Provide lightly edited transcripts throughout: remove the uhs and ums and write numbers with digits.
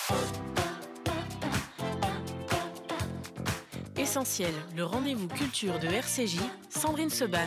Essentiel, le rendez-vous culture de RCJ, Sandrine Seban.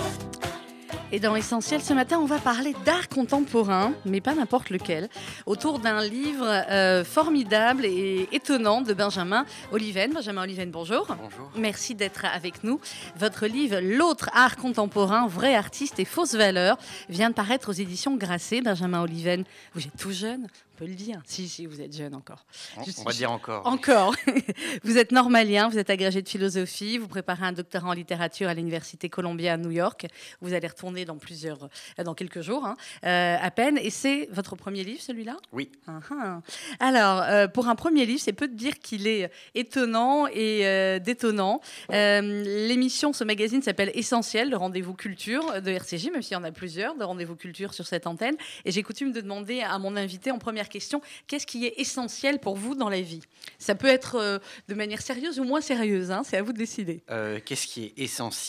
Et dans Essentiel, ce matin, on va parler d'art contemporain, mais pas n'importe lequel, autour d'un livre formidable et étonnant de Benjamin Oliven. Benjamin Oliven, bonjour. Bonjour. Merci d'être avec nous. Votre livre, L'autre art contemporain, vrai artiste et fausse valeur, vient de paraître aux éditions Grasset. Benjamin Oliven, vous êtes tout jeune, on peut le dire. Si, vous êtes jeune encore. On va dire encore. Encore. Vous êtes normalien, vous êtes agrégé de philosophie, vous préparez un doctorat en littérature à l'Université Columbia à New York. Vous allez retourner dans quelques jours, à peine. Et c'est votre premier livre, celui-là ? Oui. Alors, pour un premier livre, c'est peu de dire qu'il est étonnant et détonnant. L'émission, ce magazine s'appelle Essentiel, le rendez-vous culture de RCJ, même s'il y en a plusieurs de rendez-vous culture sur cette antenne. Et j'ai coutume de demander à mon invité en première question, qu'est-ce qui est essentiel pour vous dans la vie ? Ça peut être de manière sérieuse ou moins sérieuse, c'est à vous de décider. Qu'est-ce qui est essentiel ?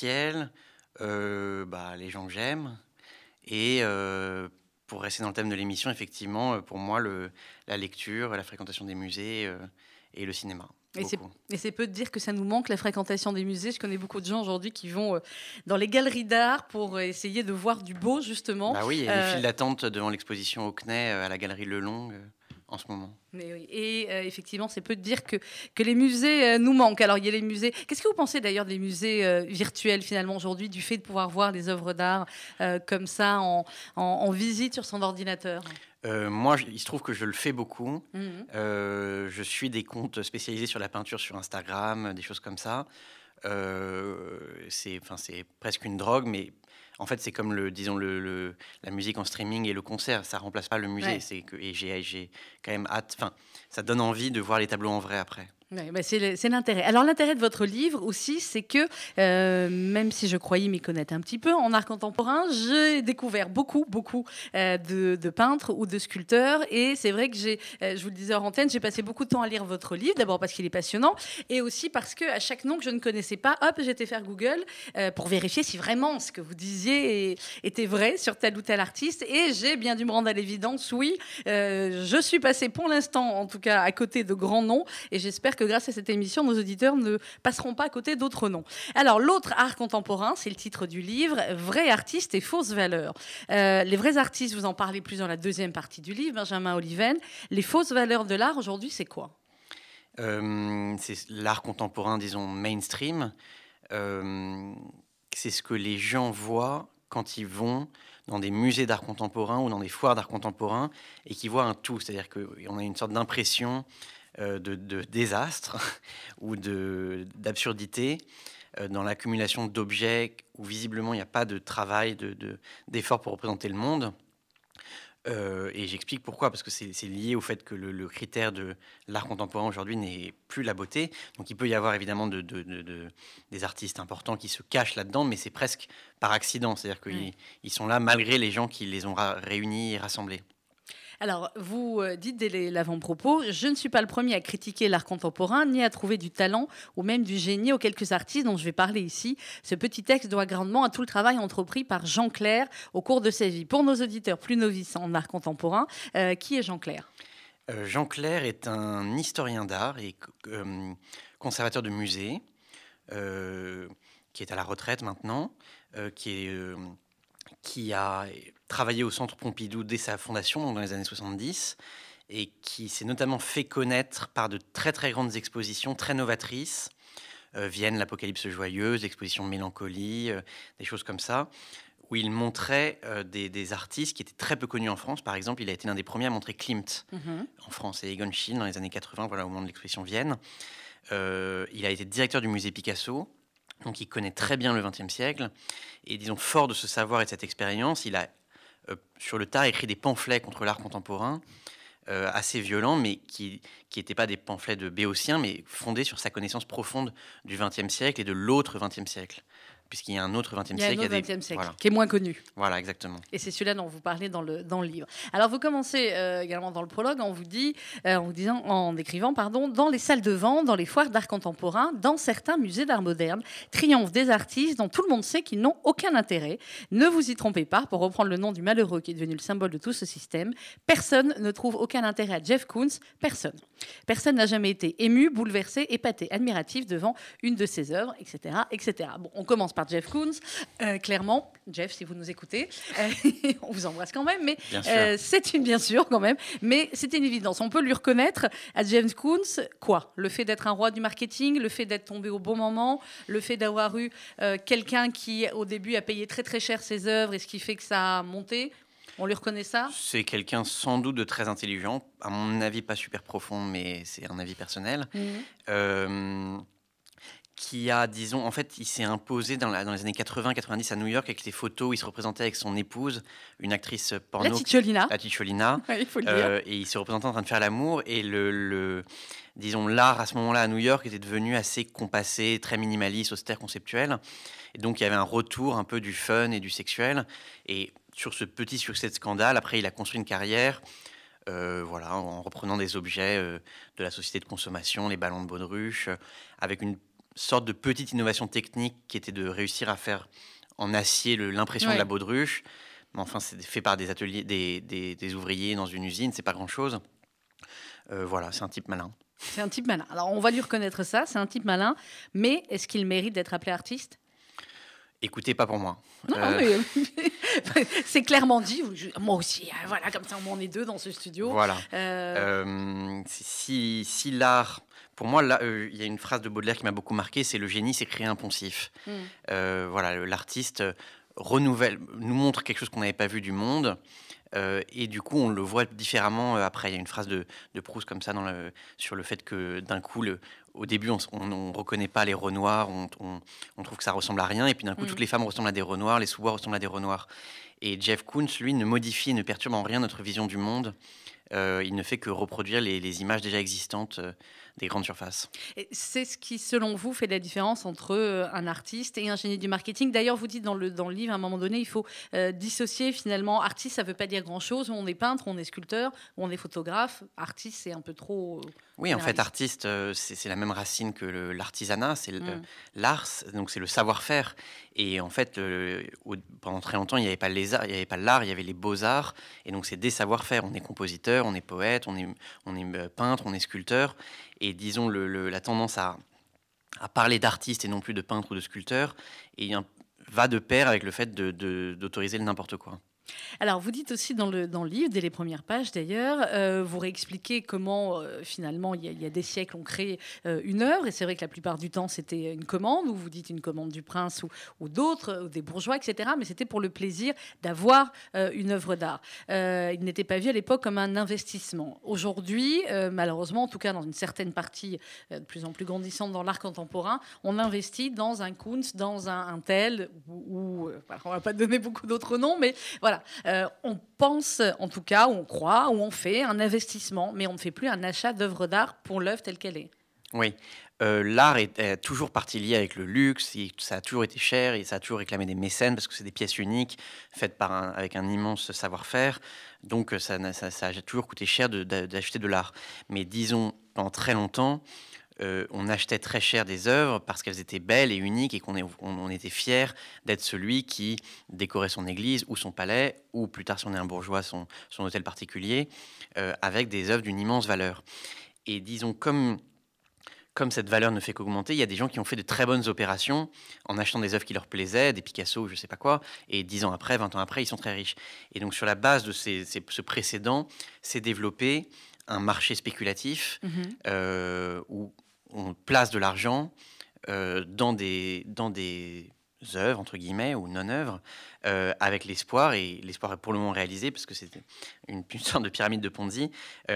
Les gens que j'aime. Et pour rester dans le thème de l'émission, effectivement, pour moi, la lecture, la fréquentation des musées et le cinéma. Et c'est peu de dire que ça nous manque, la fréquentation des musées. Je connais beaucoup de gens aujourd'hui qui vont dans les galeries d'art pour essayer de voir du beau, justement. Bah oui, il y a des files d'attente devant l'exposition au CNED à la galerie Lelong en ce moment. Mais oui. Et effectivement, c'est peu de dire que les musées nous manquent. Alors, il y a les musées. Qu'est-ce que vous pensez d'ailleurs des musées virtuels, finalement, aujourd'hui, du fait de pouvoir voir les œuvres d'art comme ça, en visite sur son ordinateur ? Moi, il se trouve que je le fais beaucoup. Je suis des comptes spécialisés sur la peinture sur Instagram, des choses comme ça. C'est presque une drogue, mais en fait, c'est comme la musique en streaming et le concert. Ça remplace pas le musée. Ouais. Et j'ai quand même hâte. Ça donne envie de voir les tableaux en vrai après. Ouais, c'est l'intérêt. Alors l'intérêt de votre livre aussi, c'est que même si je croyais m'y connaître un petit peu en art contemporain, j'ai découvert beaucoup de peintres ou de sculpteurs. Et c'est vrai que je vous le disais en antenne, j'ai passé beaucoup de temps à lire votre livre, d'abord parce qu'il est passionnant, et aussi parce qu'à chaque nom que je ne connaissais pas, j'ai été faire Google pour vérifier si vraiment ce que vous disiez était vrai sur tel ou tel artiste. Et j'ai bien dû me rendre à l'évidence, oui, je suis passée pour l'instant, en tout cas, à côté de grands noms, et j'espère que grâce à cette émission, nos auditeurs ne passeront pas à côté d'autres noms. Alors, l'autre art contemporain, c'est le titre du livre, Vrai artiste et fausse valeur. Les vrais artistes, vous en parlez plus dans la deuxième partie du livre, Benjamin Oliven. Les fausses valeurs de l'art, aujourd'hui, c'est quoi ? C'est l'art contemporain, disons, mainstream. C'est ce que les gens voient quand ils vont dans des musées d'art contemporain ou dans des foires d'art contemporain et qui voient un tout. C'est-à-dire qu'on a une sorte d'impression de désastre ou d'absurdité dans l'accumulation d'objets où visiblement il n'y a pas de travail, d'effort pour représenter le monde. Et j'explique pourquoi, parce que c'est lié au fait que le critère de l'art contemporain aujourd'hui n'est plus la beauté. Donc il peut y avoir évidemment des artistes importants qui se cachent là-dedans, mais c'est presque par accident. C'est-à-dire qu'ils sont là malgré les gens qui les ont réunis et rassemblés. Alors, vous dites dès l'avant-propos, je ne suis pas le premier à critiquer l'art contemporain, ni à trouver du talent ou même du génie aux quelques artistes dont je vais parler ici. Ce petit texte doit grandement à tout le travail entrepris par Jean Clair au cours de sa vie. Pour nos auditeurs plus novices en art contemporain, qui est Jean Clair ? Jean Clair est un historien d'art et conservateur de musée, qui est à la retraite maintenant, qui a travaillé au Centre Pompidou dès sa fondation, donc dans les années 70, et qui s'est notamment fait connaître par de très très grandes expositions, très novatrices. Vienne, l'Apocalypse joyeuse, l'exposition Mélancolie, des choses comme ça, où il montrait des artistes qui étaient très peu connus en France. Par exemple, il a été l'un des premiers à montrer Klimt en France et Egon Schiele dans les années 80, au moment de l'exposition Vienne. Il a été directeur du musée Picasso, donc il connaît très bien le XXe siècle. Et disons, fort de ce savoir et de cette expérience, il a, sur le tard, écrit des pamphlets contre l'art contemporain, assez violents, mais qui n'étaient pas des pamphlets de béotiens, mais fondés sur sa connaissance profonde du XXe siècle et de l'autre XXe siècle. puisqu'il y a un autre 20e Il y a un siècle. autre 20e siècle, Voilà. qui est moins connu. Voilà, exactement. Et c'est celui-là dont vous parlez dans le livre. Alors, vous commencez également dans le prologue en en décrivant, dans les salles de vente, dans les foires d'art contemporain, dans certains musées d'art moderne, triomphent des artistes dont tout le monde sait qu'ils n'ont aucun intérêt. Ne vous y trompez pas, pour reprendre le nom du malheureux qui est devenu le symbole de tout ce système, personne ne trouve aucun intérêt à Jeff Koons, personne. Personne n'a jamais été ému, bouleversé, épaté, admiratif devant une de ses œuvres, etc., etc. Bon, on commence par Jeff Koons. Clairement, Jeff, si vous nous écoutez, on vous embrasse quand même, mais bien sûr quand même, mais c'était une évidence. On peut lui reconnaître à Jeff Koons quoi ? Le fait d'être un roi du marketing, le fait d'être tombé au bon moment, le fait d'avoir eu quelqu'un qui au début a payé très très cher ses œuvres et ce qui fait que ça a monté. On lui reconnaît ça ? C'est quelqu'un sans doute de très intelligent, à mon avis pas super profond, mais c'est un avis personnel. Qui a, disons, en fait, il s'est imposé dans les années 80-90 à New York avec les photos où il se représentait avec son épouse, une actrice porno. La Ticciolina. Ouais, il faut le dire. Et il se représentait en train de faire l'amour. Et disons, l'art à ce moment-là à New York était devenu assez compassé, très minimaliste, austère, conceptuel. Et donc, il y avait un retour un peu du fun et du sexuel. Et sur ce petit succès de scandale, après, il a construit une carrière. En reprenant des objets de la société de consommation, les ballons de baudruche, avec une sorte de petite innovation technique qui était de réussir à faire en acier l'impression de la baudruche. Mais enfin, c'est fait par des ateliers, des ouvriers dans une usine, c'est pas grand-chose. C'est un type malin. C'est un type malin. Alors, on va lui reconnaître ça, c'est un type malin, mais est-ce qu'il mérite d'être appelé artiste ? Écoutez, pas pour moi. Non, mais c'est clairement dit. Moi aussi, voilà, comme ça, on est deux dans ce studio. Voilà. Si l'art... Pour moi, il y a une phrase de Baudelaire qui m'a beaucoup marqué, c'est « le génie, c'est créer un poncif ». L'artiste nous montre quelque chose qu'on n'avait pas vu du monde, et du coup, on le voit différemment après. Il y a une phrase de Proust comme ça sur le fait que d'un coup, au début, on ne reconnaît pas les Renoirs, on trouve que ça ressemble à rien, et puis d'un coup, toutes les femmes ressemblent à des Renoirs, les sous-bois ressemblent à des Renoirs. Et Jeff Koons, lui, ne modifie, ne perturbe en rien notre vision du monde. Il ne fait que reproduire les images déjà existantes des grandes surfaces. Et c'est ce qui, selon vous, fait la différence entre un artiste et un génie du marketing. D'ailleurs, vous dites dans le livre, à un moment donné, il faut dissocier finalement. Artiste, ça ne veut pas dire grand-chose. On est peintre, on est sculpteur, on est photographe. Artiste, c'est un peu trop... Oui, en fait, artiste, c'est la même racine que l'artisanat, c'est l'art, donc c'est le savoir-faire. Et en fait, pendant très longtemps, il n'y avait pas l'art, il y avait les beaux-arts. Et donc, c'est des savoir-faire. On est compositeur, on est poète, on est peintre, on est sculpteur. Et disons, la tendance à parler d'artiste et non plus de peintre ou de sculpteur va de pair avec le fait d'autoriser le n'importe quoi. Alors, vous dites aussi dans le livre, dès les premières pages d'ailleurs, vous réexpliquez comment, finalement, il y a des siècles, on crée une œuvre. Et c'est vrai que la plupart du temps, c'était une commande, ou vous dites une commande du prince ou d'autres, ou des bourgeois, etc. Mais c'était pour le plaisir d'avoir une œuvre d'art. Il n'était pas vu à l'époque comme un investissement. Aujourd'hui, malheureusement, en tout cas dans une certaine partie de plus en plus grandissante dans l'art contemporain, on investit dans un Koons, dans un tel, ou on ne va pas donner beaucoup d'autres noms, mais voilà. On pense, en tout cas, ou on croit, ou on fait un investissement, mais on ne fait plus un achat d'œuvres d'art pour l'œuvre telle qu'elle est. Oui, l'art est toujours partie liée avec le luxe, ça a toujours été cher et ça a toujours réclamé des mécènes parce que c'est des pièces uniques faites avec un immense savoir-faire. Donc ça a toujours coûté cher d'acheter de l'art. Mais disons, pendant très longtemps, on achetait très cher des œuvres parce qu'elles étaient belles et uniques et qu'on était fier d'être celui qui décorait son église ou son palais, ou plus tard, si on est un bourgeois, son hôtel particulier, avec des œuvres d'une immense valeur. Et disons, comme cette valeur ne fait qu'augmenter, il y a des gens qui ont fait de très bonnes opérations en achetant des œuvres qui leur plaisaient, des Picasso ou je ne sais pas quoi, et 10 ans après, 20 ans après, ils sont très riches. Et donc, sur la base de ce précédent, s'est développé un marché spéculatif où on place de l'argent dans des œuvres, entre guillemets, ou non-œuvres, avec l'espoir, et l'espoir est pour le moment réalisé, parce que c'est une sorte de pyramide de Ponzi,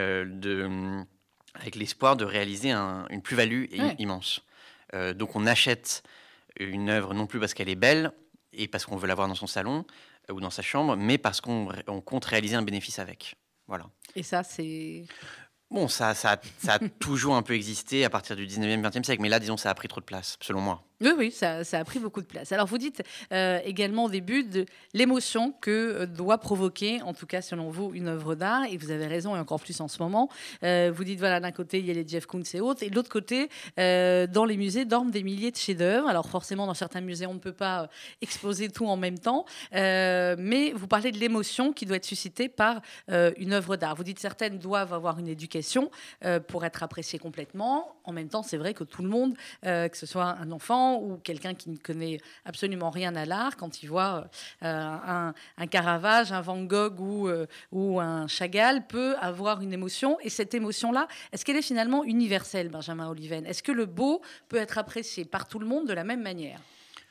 avec l'espoir de réaliser une plus-value immense. Donc on achète une œuvre non plus parce qu'elle est belle, et parce qu'on veut l'avoir dans son salon, ou dans sa chambre, mais parce qu'on compte réaliser un bénéfice avec. Voilà. Et ça, c'est... Bon, ça a toujours un peu existé à partir du 19e, 20e siècle, mais là, disons, ça a pris trop de place, selon moi. Oui, oui, ça a pris beaucoup de place. Alors, vous dites également au début de l'émotion que doit provoquer, en tout cas selon vous, une œuvre d'art. Et vous avez raison, et encore plus en ce moment. Vous dites, voilà, d'un côté, il y a les Jeff Koons et autres. Et de l'autre côté, dans les musées, dorment des milliers de chefs-d'œuvre. Alors, forcément, dans certains musées, on ne peut pas exposer tout en même temps. Mais vous parlez de l'émotion qui doit être suscitée par une œuvre d'art. Vous dites, certaines doivent avoir une éducation pour être appréciées complètement. En même temps, c'est vrai que tout le monde, que ce soit un enfant ou quelqu'un qui ne connaît absolument rien à l'art, quand il voit un Caravage, un Van Gogh ou un Chagall, peut avoir une émotion. Et cette émotion-là, est-ce qu'elle est finalement universelle, Benjamin Oliven? Est-ce que le beau peut être apprécié par tout le monde de la même manière?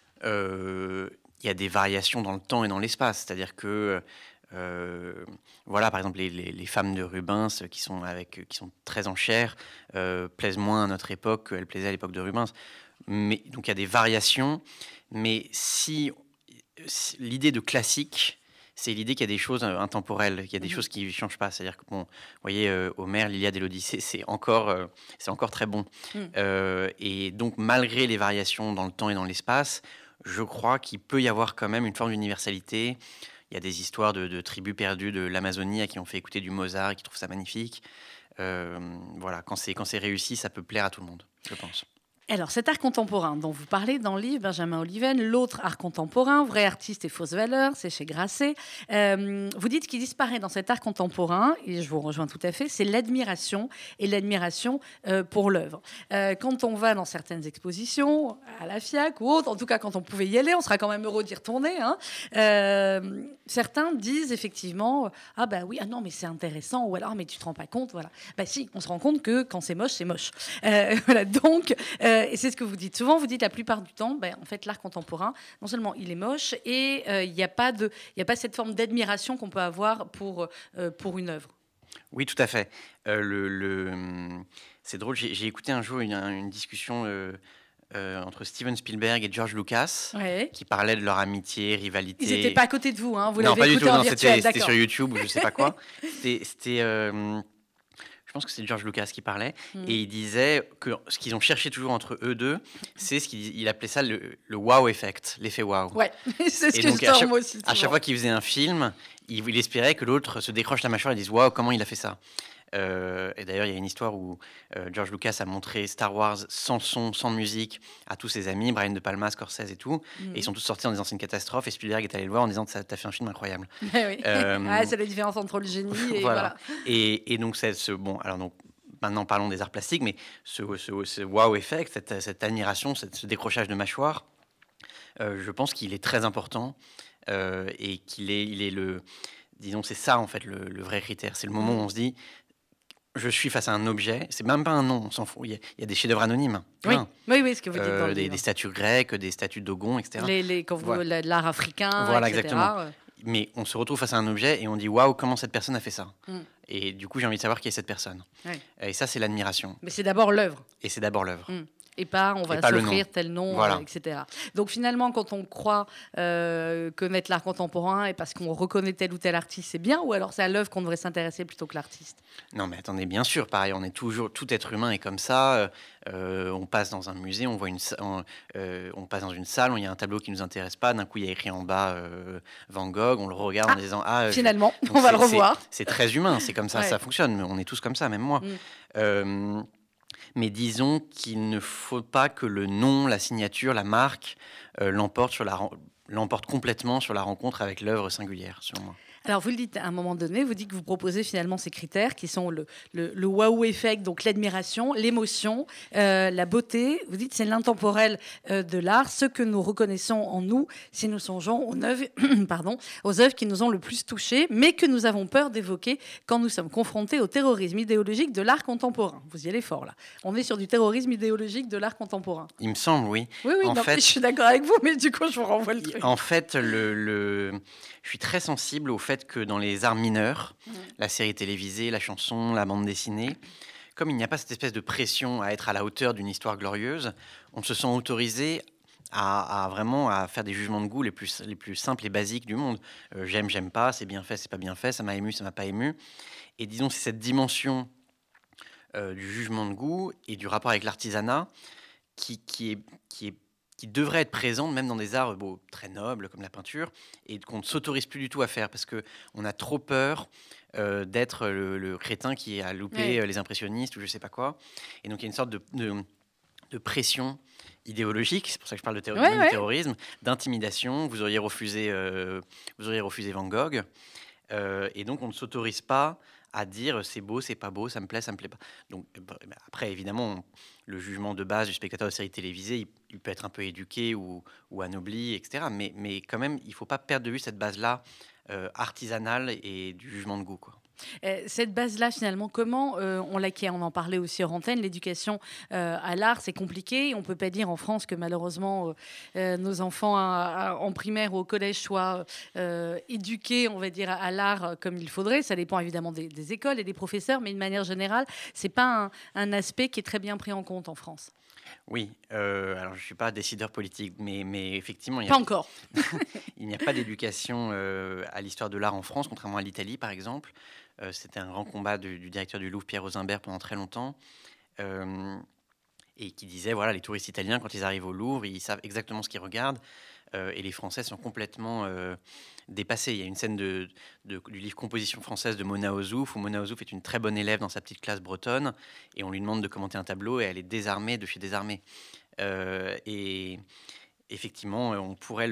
Il y a des variations dans le temps et dans l'espace. C'est-à-dire que voilà, par exemple, les femmes de Rubens qui sont très en chair plaisent moins à notre époque qu'elles plaisaient à l'époque de Rubens. Mais, donc il y a des variations, mais si l'idée de classique, c'est l'idée qu'il y a des choses intemporelles, qu'il y a des choses qui ne changent pas. C'est-à-dire que, bon, vous voyez, Homère, l'Iliade et l'Odyssée, c'est encore très bon. Et donc, malgré les variations dans le temps et dans l'espace, je crois qu'il peut y avoir quand même une forme d'universalité. Il y a des histoires de tribus perdues de l'Amazonie à qui on fait écouter du Mozart et qui trouvent ça magnifique. Voilà, quand c'est réussi, ça peut plaire à tout le monde, je pense. Alors, cet art contemporain dont vous parlez dans le livre, Benjamin Oliven, l'autre art contemporain, vrai artiste et fausse valeur, c'est chez Grasset. Vous dites qu'il disparaît dans cet art contemporain, et je vous rejoins tout à fait, c'est l'admiration et l'admiration pour l'œuvre. Quand on va dans certaines expositions, à la FIAC ou autre, en tout cas quand on pouvait y aller, on sera quand même heureux d'y retourner. Certains disent effectivement, ah bah oui, ah non mais c'est intéressant, ou alors mais tu te rends pas compte, voilà. Bah si, on se rend compte que quand c'est moche, c'est moche. Voilà, donc et c'est ce que vous dites souvent. Vous dites la plupart du temps, en fait, l'art contemporain, non seulement il est moche, et il n'y a pas cette forme d'admiration qu'on peut avoir pour une œuvre. Oui, tout à fait. C'est drôle, j'ai écouté un jour une discussion entre Steven Spielberg et George Lucas, qui parlaient de leur amitié, rivalité. Ils n'étaient pas à côté de vous, hein, vous non, l'avez écouté en virtuel, c'était sur YouTube ou je ne sais pas quoi. C'était je pense que c'est George Lucas qui parlait, et il disait que ce qu'ils ont cherché toujours entre eux deux, c'est ce qu'il appelait ça le wow effect, l'effet wow. Ouais, c'est ce et que donc, je sors moi aussi. À chaque fois qu'il faisait un film, il espérait que l'autre se décroche la mâchoire et dise waouh, comment il a fait ça. Et d'ailleurs, il y a une histoire où George Lucas a montré Star Wars sans son, sans musique à tous ses amis, Brian De Palma, Scorsese et tout. Et ils sont tous sortis en disant c'est une catastrophe. Et Spielberg est allé le voir en disant t'as fait un film incroyable. Oui. C'est la différence entre le génie et voilà. Et donc, bon, alors donc, maintenant parlons des arts plastiques, mais ce wow effect, cette admiration, ce décrochage de mâchoire, je pense qu'il est très important et il est le. Disons, c'est ça en fait le vrai critère. C'est le moment où on se dit je suis face à un objet, c'est même pas un nom, on s'en fout. Il y a des chefs-d'œuvre anonymes. Oui, ce que vous dites dans le livre. Des statues grecques, des statues de Dogon, etc. L'art africain, voilà, etc. Exactement. Mais on se retrouve face à un objet et on dit waouh, comment cette personne a fait ça. Et du coup, j'ai envie de savoir qui est cette personne. Et ça, c'est l'admiration. Mais c'est d'abord l'œuvre. Et c'est d'abord l'œuvre. Et pas on va s'offrir tel nom, voilà. Etc. Donc finalement, quand on croit connaître l'art contemporain et parce qu'on reconnaît tel ou tel artiste, c'est bien, ou alors c'est à l'œuvre qu'on devrait s'intéresser plutôt que l'artiste? Non, mais attendez, bien sûr, pareil, on est toujours, tout être humain est comme ça. On passe dans un musée, on passe dans une salle, il y a un tableau qui nous intéresse pas, d'un coup il y a écrit en bas Van Gogh, on le regarde en disant finalement, on va le revoir. C'est très humain, c'est comme ça, ça fonctionne. Mais on est tous comme ça, même moi. Mais disons qu'il ne faut pas que le nom, la signature, la marque l'emporte complètement sur la rencontre avec l'œuvre singulière, selon moi. Alors, vous le dites à un moment donné, vous dites que vous proposez finalement ces critères qui sont le wow effect, donc l'admiration, l'émotion, la beauté. Vous dites que c'est l'intemporel de l'art, ce que nous reconnaissons en nous si nous songeons aux œuvres qui nous ont le plus touchés, mais que nous avons peur d'évoquer quand nous sommes confrontés au terrorisme idéologique de l'art contemporain. Vous y allez fort, là. On est sur du terrorisme idéologique de l'art contemporain. Il me semble, oui. Oui, en fait, je suis d'accord avec vous, mais du coup, je vous renvoie le truc. En fait, je suis très sensible au fait que dans les arts mineurs, la série télévisée, la chanson, la bande dessinée, comme il n'y a pas cette espèce de pression à être à la hauteur d'une histoire glorieuse, on se sent autorisé à vraiment à faire des jugements de goût les plus simples et basiques du monde. J'aime pas, c'est bien fait, c'est pas bien fait, ça m'a ému, ça m'a pas ému. Et disons, c'est cette dimension du jugement de goût et du rapport avec l'artisanat qui est qui devrait être présente même dans des arts très nobles comme la peinture, et qu'on ne s'autorise plus du tout à faire parce qu'on a trop peur d'être le crétin qui a loupé les impressionnistes ou je sais pas quoi. Et donc il y a une sorte de pression idéologique, c'est pour ça que je parle de terrorisme, d'intimidation. Vous auriez refusé Van Gogh, et donc on ne s'autorise pas à dire c'est beau, c'est pas beau, ça me plaît pas. Donc après, évidemment, le jugement de base du spectateur de série télévisée, il peut être un peu éduqué ou anobli, etc. Mais quand même, il ne faut pas perdre de vue cette base-là artisanale et du jugement de goût, quoi. Cette base-là, finalement, comment on l'acquiert? On en parlait aussi hors antenne. L'éducation à l'art, c'est compliqué. On ne peut pas dire en France que malheureusement nos enfants en primaire ou au collège soient éduqués, on va dire, à l'art comme il faudrait. Ça dépend évidemment des écoles et des professeurs, mais de manière générale, ce n'est pas un aspect qui est très bien pris en compte en France. Oui, alors je ne suis pas décideur politique, mais effectivement, Pas encore. il n'y a pas d'éducation à l'histoire de l'art en France, contrairement à l'Italie, par exemple. C'était un grand combat du directeur du Louvre, Pierre Rosenberg, pendant très longtemps, et qui disait, voilà, les touristes italiens, quand ils arrivent au Louvre, ils savent exactement ce qu'ils regardent, et les Français sont complètement dépassés. Il y a une scène du livre Composition française de Mona Ozouf, où Mona Ozouf est une très bonne élève dans sa petite classe bretonne, et on lui demande de commenter un tableau, et elle est désarmée de chez désarmée. Et effectivement, on pourrait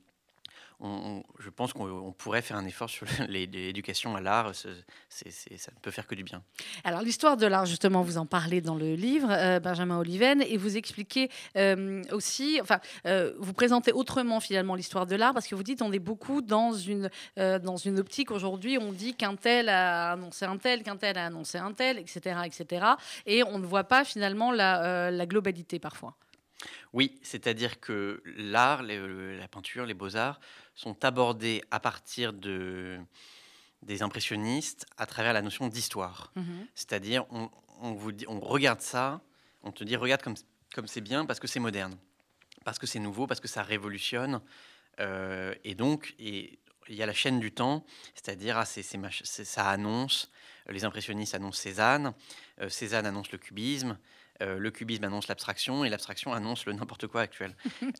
je pense qu'on pourrait faire un effort sur l'éducation à l'art. Ça ne peut faire que du bien. Alors, l'histoire de l'art, justement, vous en parlez dans le livre, Benjamin Oliven, et vous expliquez aussi, vous présentez autrement, finalement, l'histoire de l'art, parce que vous dites on est beaucoup dans une optique aujourd'hui, on dit qu'un tel a annoncé un tel, qu'un tel a annoncé un tel, etc., etc., et on ne voit pas, finalement, la globalité, parfois. Oui, c'est-à-dire que l'art, la peinture, les beaux-arts sont abordés à partir des impressionnistes à travers la notion d'histoire. C'est-à-dire, on regarde ça, on te dit regarde comme c'est bien parce que c'est moderne, parce que c'est nouveau, parce que ça révolutionne. Et donc, il y a la chaîne du temps, c'est-à-dire ça annonce, les impressionnistes annoncent Cézanne, Cézanne annonce le cubisme annonce l'abstraction, et l'abstraction annonce le n'importe quoi actuel.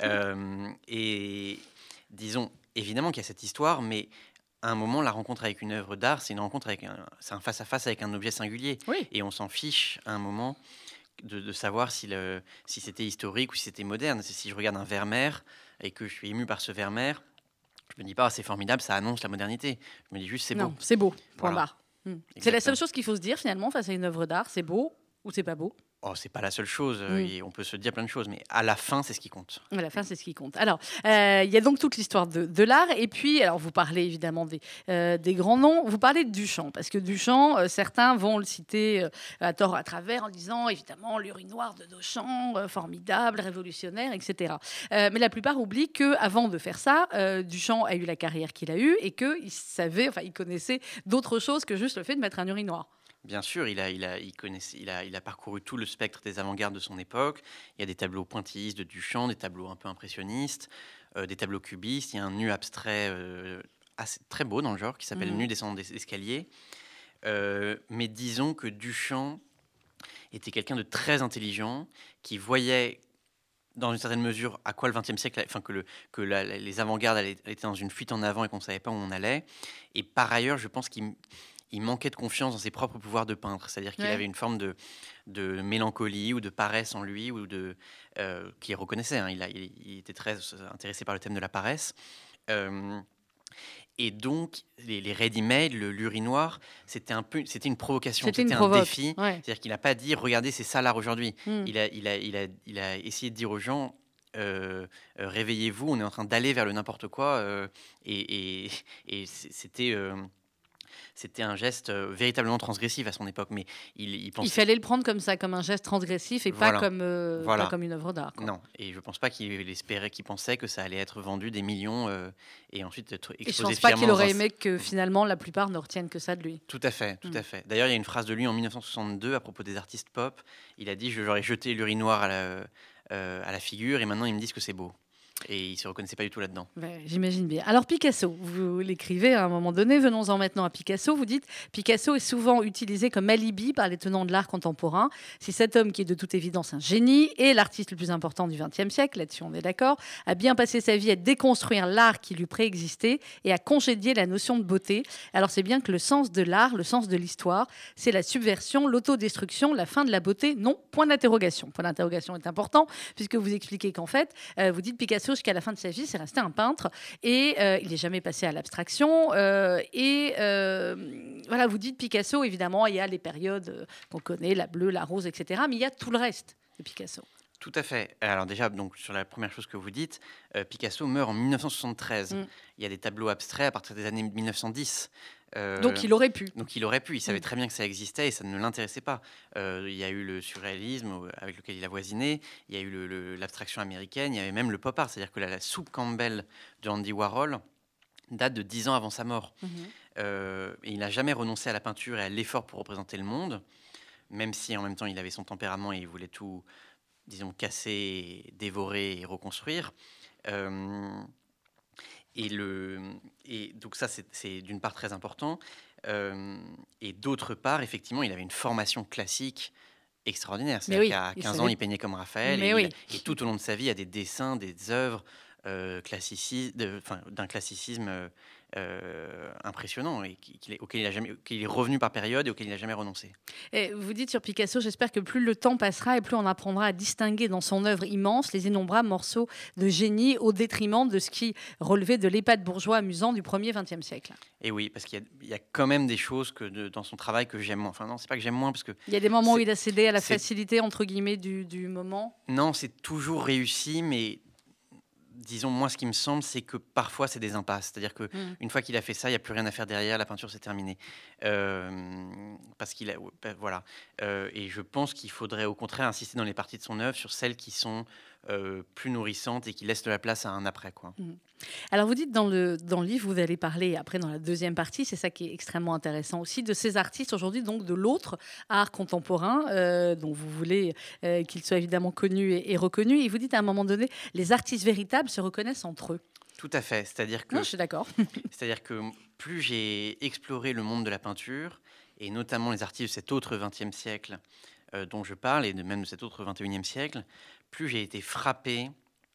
Et disons, évidemment qu'il y a cette histoire, mais à un moment, la rencontre avec une œuvre d'art, c'est une rencontre c'est un face-à-face avec un objet singulier. Oui. Et on s'en fiche à un moment de savoir si c'était historique ou si c'était moderne. Si je regarde un Vermeer et que je suis ému par ce Vermeer, je me dis pas c'est formidable, ça annonce la modernité. Je me dis juste c'est beau. Non, c'est beau, point Voilà. barre. C'est la seule chose qu'il faut se dire finalement face à une œuvre d'art, c'est beau ou c'est pas beau? Oh, c'est pas la seule chose, et on peut se dire plein de choses, mais à la fin, c'est ce qui compte. À la fin, c'est ce qui compte. Alors, il y a donc toute l'histoire de l'art, et puis, alors vous parlez évidemment des grands noms, vous parlez de Duchamp, parce que Duchamp, certains vont le citer à tort à travers en disant, évidemment, l'urinoir de Duchamp, formidable, révolutionnaire, etc. Mais la plupart oublient qu'avant de faire ça, Duchamp a eu la carrière qu'il a eue, et qu'il connaissait d'autres choses que juste le fait de mettre un urinoir. Bien sûr, il a parcouru tout le spectre des avant-gardes de son époque. Il y a des tableaux pointillistes de Duchamp, des tableaux un peu impressionnistes, des tableaux cubistes. Il y a un nu abstrait très beau dans le genre qui s'appelle Nu descendant d'escalier. Mais disons que Duchamp était quelqu'un de très intelligent qui voyait dans une certaine mesure à quoi le XXe siècle, que les avant-gardes étaient dans une fuite en avant et qu'on ne savait pas où on allait. Et par ailleurs, je pense qu'il manquait de confiance dans ses propres pouvoirs de peintre. C'est-à-dire qu'il avait une forme de mélancolie ou de paresse en lui, ou qu'il reconnaissait. Hein. Il était très intéressé par le thème de la paresse. Et donc, les ready-made, l'urinoir, c'était une provocation, c'était un défi. Ouais. C'est-à-dire qu'il n'a pas dit « Regardez, c'est ça l'art aujourd'hui ». Il a essayé de dire aux gens réveillez-vous, on est en train d'aller vers le n'importe quoi. Et c'était un geste véritablement transgressif à son époque, mais il pensait... Il fallait le prendre comme ça, comme un geste transgressif et pas comme une œuvre d'art. Quoi. Non, et je ne pense pas qu'il pensait que ça allait être vendu des millions et ensuite être exposé fièrement. Et je ne pense pas qu'il aurait aimé que finalement la plupart ne retiennent que ça de lui. Tout à fait, tout à fait. D'ailleurs, il y a une phrase de lui en 1962 à propos des artistes pop. Il a dit « J'aurais jeté l'urinoir à la figure et maintenant ils me disent que c'est beau ». Et il ne se reconnaissait pas du tout là-dedans. J'imagine bien. Alors Picasso, vous l'écrivez à un moment donné, venons-en maintenant à Picasso. Vous dites Picasso est souvent utilisé comme alibi par les tenants de l'art contemporain. Si cet homme, qui est de toute évidence un génie, et l'artiste le plus important du XXe siècle, là-dessus on est d'accord, a bien passé sa vie à déconstruire l'art qui lui préexistait et à congédier la notion de beauté, alors c'est bien que le sens de l'art, le sens de l'histoire, c'est la subversion, l'autodestruction, la fin de la beauté. Non, point d'interrogation. Point d'interrogation est important puisque vous expliquez qu'en fait, vous dites Picasso jusqu'à la fin de sa vie, c'est resté un peintre et il n'est jamais passé à l'abstraction. Voilà, vous dites Picasso, évidemment, il y a les périodes qu'on connaît, la bleue, la rose, etc. Mais il y a tout le reste de Picasso. Tout à fait. Alors déjà, donc, sur la première chose que vous dites, Picasso meurt en 1973. Il y a des tableaux abstraits à partir des années 1910. Donc il aurait pu. Il savait très bien que ça existait et ça ne l'intéressait pas. Il y a eu le surréalisme avec lequel il a voisiné, il y a eu l'abstraction américaine, il y avait même le pop art, c'est-à-dire que la soupe Campbell de Andy Warhol date de 10 ans avant sa mort. Et il n'a jamais renoncé à la peinture et à l'effort pour représenter le monde, même si en même temps il avait son tempérament et il voulait tout, disons, casser, dévorer et reconstruire. Et donc ça, c'est d'une part très important. Et d'autre part, effectivement, il avait une formation classique extraordinaire. C'est-à-dire qu'à 15 ans, il peignait comme Raphaël. Et tout au long de sa vie, il y a des dessins, des œuvres d'un classicisme impressionnant et auquel il est revenu par période et auquel il n'a jamais renoncé. Et vous dites sur Picasso, j'espère que plus le temps passera et plus on apprendra à distinguer dans son œuvre immense les innombrables morceaux de génie au détriment de ce qui relevait de l'épate bourgeois amusant du 1er XXe siècle. Et oui, parce qu'il y a quand même des choses dans son travail que j'aime moins. Enfin non, c'est pas que j'aime moins parce que... Il y a des moments où il a cédé à la facilité, entre guillemets, du moment. Non, c'est toujours réussi, mais... Disons, moi, ce qui me semble, c'est que parfois, c'est des impasses. C'est-à-dire qu'une fois qu'il a fait ça, il n'y a plus rien à faire derrière, la peinture, c'est terminé. Parce qu'il a... Voilà. Et je pense qu'il faudrait, au contraire, insister dans les parties de son œuvre sur celles qui sont plus nourrissantes et qui laissent de la place à un après, quoi. Alors, vous dites dans le livre, vous allez parler après dans la deuxième partie, c'est ça qui est extrêmement intéressant aussi, de ces artistes aujourd'hui, donc de l'autre art contemporain, dont vous voulez qu'il soit évidemment connu et reconnu. Et vous dites à un moment donné, les artistes véritables se reconnaissent entre eux. Tout à fait. C'est-à-dire que... Non, je suis d'accord. C'est-à-dire que plus j'ai exploré le monde de la peinture, et notamment les artistes de cet autre XXe siècle dont je parle, et même de cet autre XXIe siècle, plus j'ai été frappé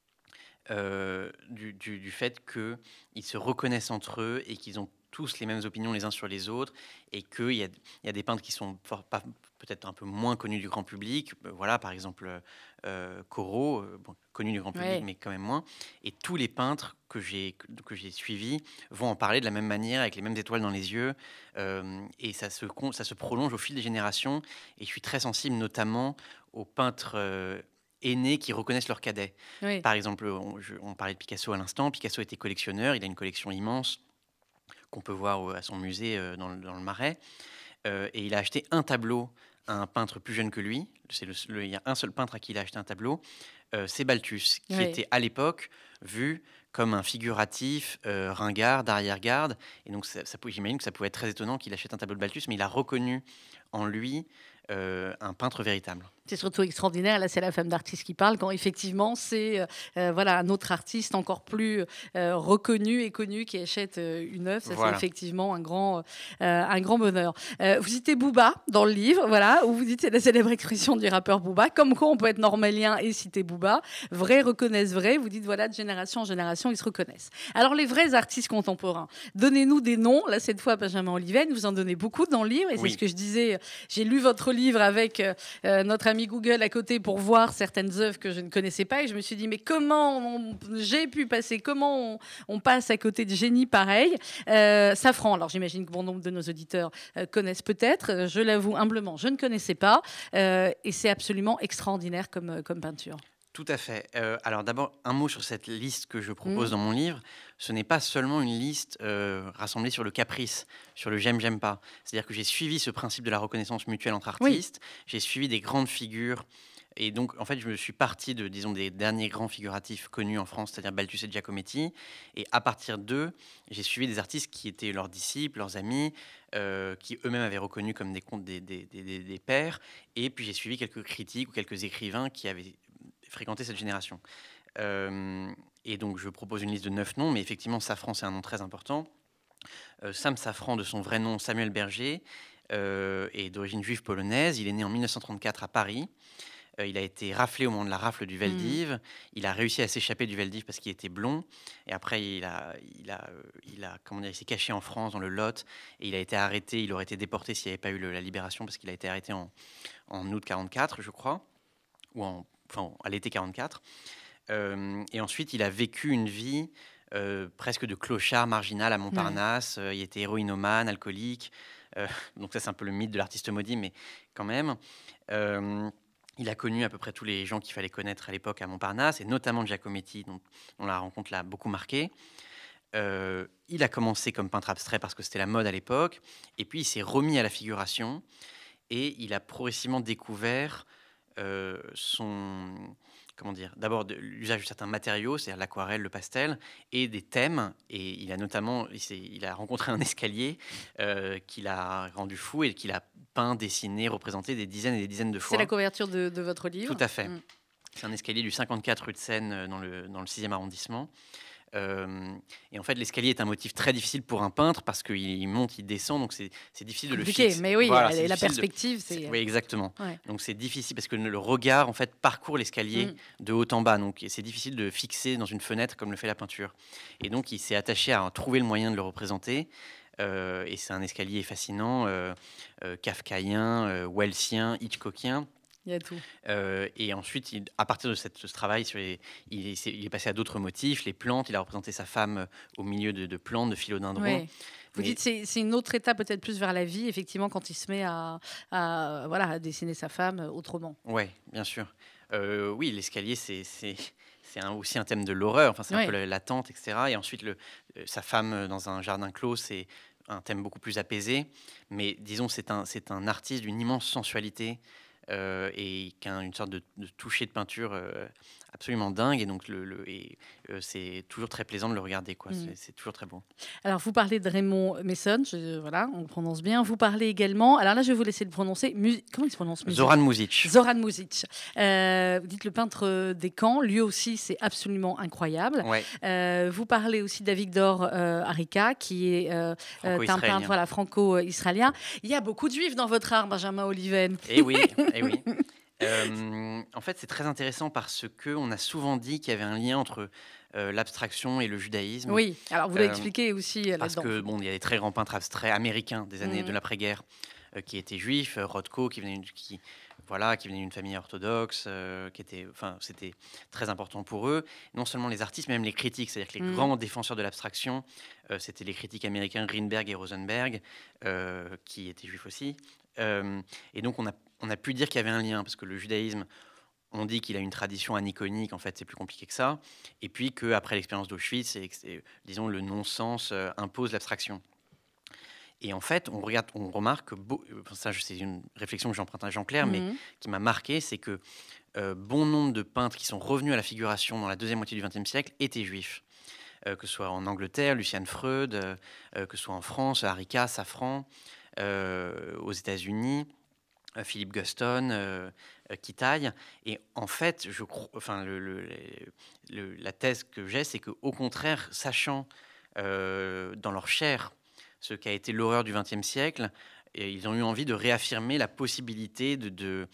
du fait qu'ils se reconnaissent entre eux et qu'ils ont tous les mêmes opinions les uns sur les autres et qu'il y a des peintres qui sont peut-être un peu moins connus du grand public. Voilà, par exemple, Corot, connu du grand public, mais quand même moins. Et tous les peintres que j'ai suivis vont en parler de la même manière, avec les mêmes étoiles dans les yeux. Et ça se prolonge au fil des générations. Et je suis très sensible notamment aux peintres... aînés qui reconnaissent leurs cadets. Oui. Par exemple, on parlait de Picasso à l'instant. Picasso était collectionneur, il a une collection immense qu'on peut voir à son musée dans le Marais. Et il a acheté un tableau à un peintre plus jeune que lui. Il y a un seul peintre à qui il a acheté un tableau. C'est Balthus, qui était à l'époque vu comme un figuratif ringard, d'arrière-garde. Et donc, j'imagine que ça pouvait être très étonnant qu'il achète un tableau de Balthus, mais il a reconnu en lui un peintre véritable. C'est surtout extraordinaire, là c'est la femme d'artiste qui parle, quand effectivement c'est un autre artiste encore plus reconnu et connu qui achète une œuvre. Ça c'est effectivement un grand bonheur. Vous citez Booba dans le livre, où vous dites c'est la célèbre expression du rappeur Booba, comme quoi on peut être normalien et citer Booba. Vrai reconnaissent vrai, vous dites de génération en génération ils se reconnaissent. Alors les vrais artistes contemporains, donnez-nous des noms, là cette fois Benjamin Oliven, vous en donnez beaucoup dans le livre et c'est ce que je disais, j'ai lu votre livre avec notre ami Google à côté pour voir certaines œuvres que je ne connaissais pas et je me suis dit mais comment on passe à côté de génie pareil. Safran, alors j'imagine que bon nombre de nos auditeurs connaissent peut-être, je l'avoue humblement, je ne connaissais pas et c'est absolument extraordinaire comme peinture. Tout à fait. Alors d'abord, un mot sur cette liste que je propose dans mon livre. Ce n'est pas seulement une liste rassemblée sur le caprice, sur le j'aime pas. C'est-à-dire que j'ai suivi ce principe de la reconnaissance mutuelle entre artistes. J'ai suivi des grandes figures. Et donc, en fait, je me suis parti des derniers grands figuratifs connus en France, c'est-à-dire Balthus et Giacometti. Et à partir d'eux, j'ai suivi des artistes qui étaient leurs disciples, leurs amis, qui eux-mêmes avaient reconnu comme des pairs. Et puis, j'ai suivi quelques critiques ou quelques écrivains qui avaient fréquenter cette génération. Et donc, je propose une liste de 9 noms, mais effectivement, Safran, c'est un nom très important. Sam Safran, de son vrai nom Samuel Berger, est d'origine juive polonaise. Il est né en 1934 à Paris. Il a été raflé au moment de la rafle du Veldiv. Il a réussi à s'échapper du Veldiv parce qu'il était blond. Et après, comment dire, il s'est caché en France, dans le Lot. Et il a été arrêté. Il aurait été déporté s'il n'y avait pas eu la libération, parce qu'il a été arrêté en août 44, je crois, ou à l'été 44. Et ensuite, il a vécu une vie presque de clochard marginal à Montparnasse. Il était héroïnomane, alcoolique. Donc ça, c'est un peu le mythe de l'artiste maudit, mais quand même. Il a connu à peu près tous les gens qu'il fallait connaître à l'époque à Montparnasse, et notamment Giacometti, dont la rencontre l'a beaucoup marqué. Il a commencé comme peintre abstrait parce que c'était la mode à l'époque, et puis il s'est remis à la figuration, et il a progressivement découvert comment dire, d'abord l'usage de certains matériaux, c'est-à-dire l'aquarelle, le pastel, et des thèmes. Et il a rencontré un escalier qu'il a rendu fou et qu'il a peint, dessiné, représenté des dizaines et des dizaines de fois. C'est la couverture de votre livre. Tout à fait. C'est un escalier du 54 rue de Seine dans le 6e arrondissement. Et en fait, l'escalier est un motif très difficile pour un peintre parce qu'il monte, il descend, donc c'est difficile de le fixer. Mais oui, voilà, la perspective, c'est... Oui, exactement. Ouais. Donc c'est difficile parce que le regard en fait parcourt l'escalier de haut en bas, donc c'est difficile de fixer dans une fenêtre comme le fait la peinture. Et donc il s'est attaché à trouver le moyen de le représenter. Et c'est un escalier fascinant, kafkaïen, wellsien, hitchcockien. Il y a tout. Et ensuite, à partir de ce travail, il est passé à d'autres motifs, les plantes. Il a représenté sa femme au milieu de plantes, de philodendrons. Ouais. Vous dites que c'est une autre étape, peut-être plus vers la vie, effectivement, quand il se met à dessiner sa femme autrement. Oui, bien sûr. Oui, l'escalier, c'est aussi un thème de l'horreur. Enfin, c'est un peu l'attente, etc. Et ensuite, sa femme dans un jardin clos, c'est un thème beaucoup plus apaisé. Mais disons, c'est un artiste d'une immense sensualité. Et qui a une sorte de toucher de peinture absolument dingue, et donc c'est toujours très plaisant de le regarder, quoi. C'est toujours très beau. Alors vous parlez de Raymond Mason, voilà, on le prononce bien. Vous parlez également, alors là je vais vous laisser le prononcer, comment il se prononce? Zoran Muzic. Zoran Muzic. Vous dites le peintre des camps, lui aussi c'est absolument incroyable. Ouais. Vous parlez aussi d'Avigdor Arica, qui est un peintre franco-israélien. Il y a beaucoup de juifs dans votre art, Benjamin Oliven. Eh oui. En fait, c'est très intéressant parce qu'on a souvent dit qu'il y avait un lien entre l'abstraction et le judaïsme. Oui, alors vous l'avez expliqué aussi parce là-dedans. Il y a des très grands peintres abstraits américains des années de l'après-guerre qui étaient juifs. Rothko, qui venait d'une famille orthodoxe, c'était très important pour eux. Non seulement les artistes, mais même les critiques. C'est-à-dire que les grands défenseurs de l'abstraction, c'était les critiques américains Greenberg et Rosenberg, qui étaient juifs aussi. Et donc, on a pu dire qu'il y avait un lien, parce que le judaïsme, on dit qu'il a une tradition aniconique, en fait, c'est plus compliqué que ça. Et puis qu'après l'expérience d'Auschwitz, disons, le non-sens impose l'abstraction. Et en fait, on remarque que, ça c'est une réflexion que j'emprunte à Jean Clair, mais qui m'a marqué, c'est que bon nombre de peintres qui sont revenus à la figuration dans la deuxième moitié du XXe siècle étaient juifs. Que ce soit en Angleterre, Lucian Freud, que ce soit en France, Arica, Safran, aux États-Unis, Philippe Guston, Kitaï. Et en fait, je crois, la thèse que j'ai, c'est qu'au contraire, sachant dans leur chair ce qu'a été l'horreur du XXe siècle, et ils ont eu envie de réaffirmer la possibilité de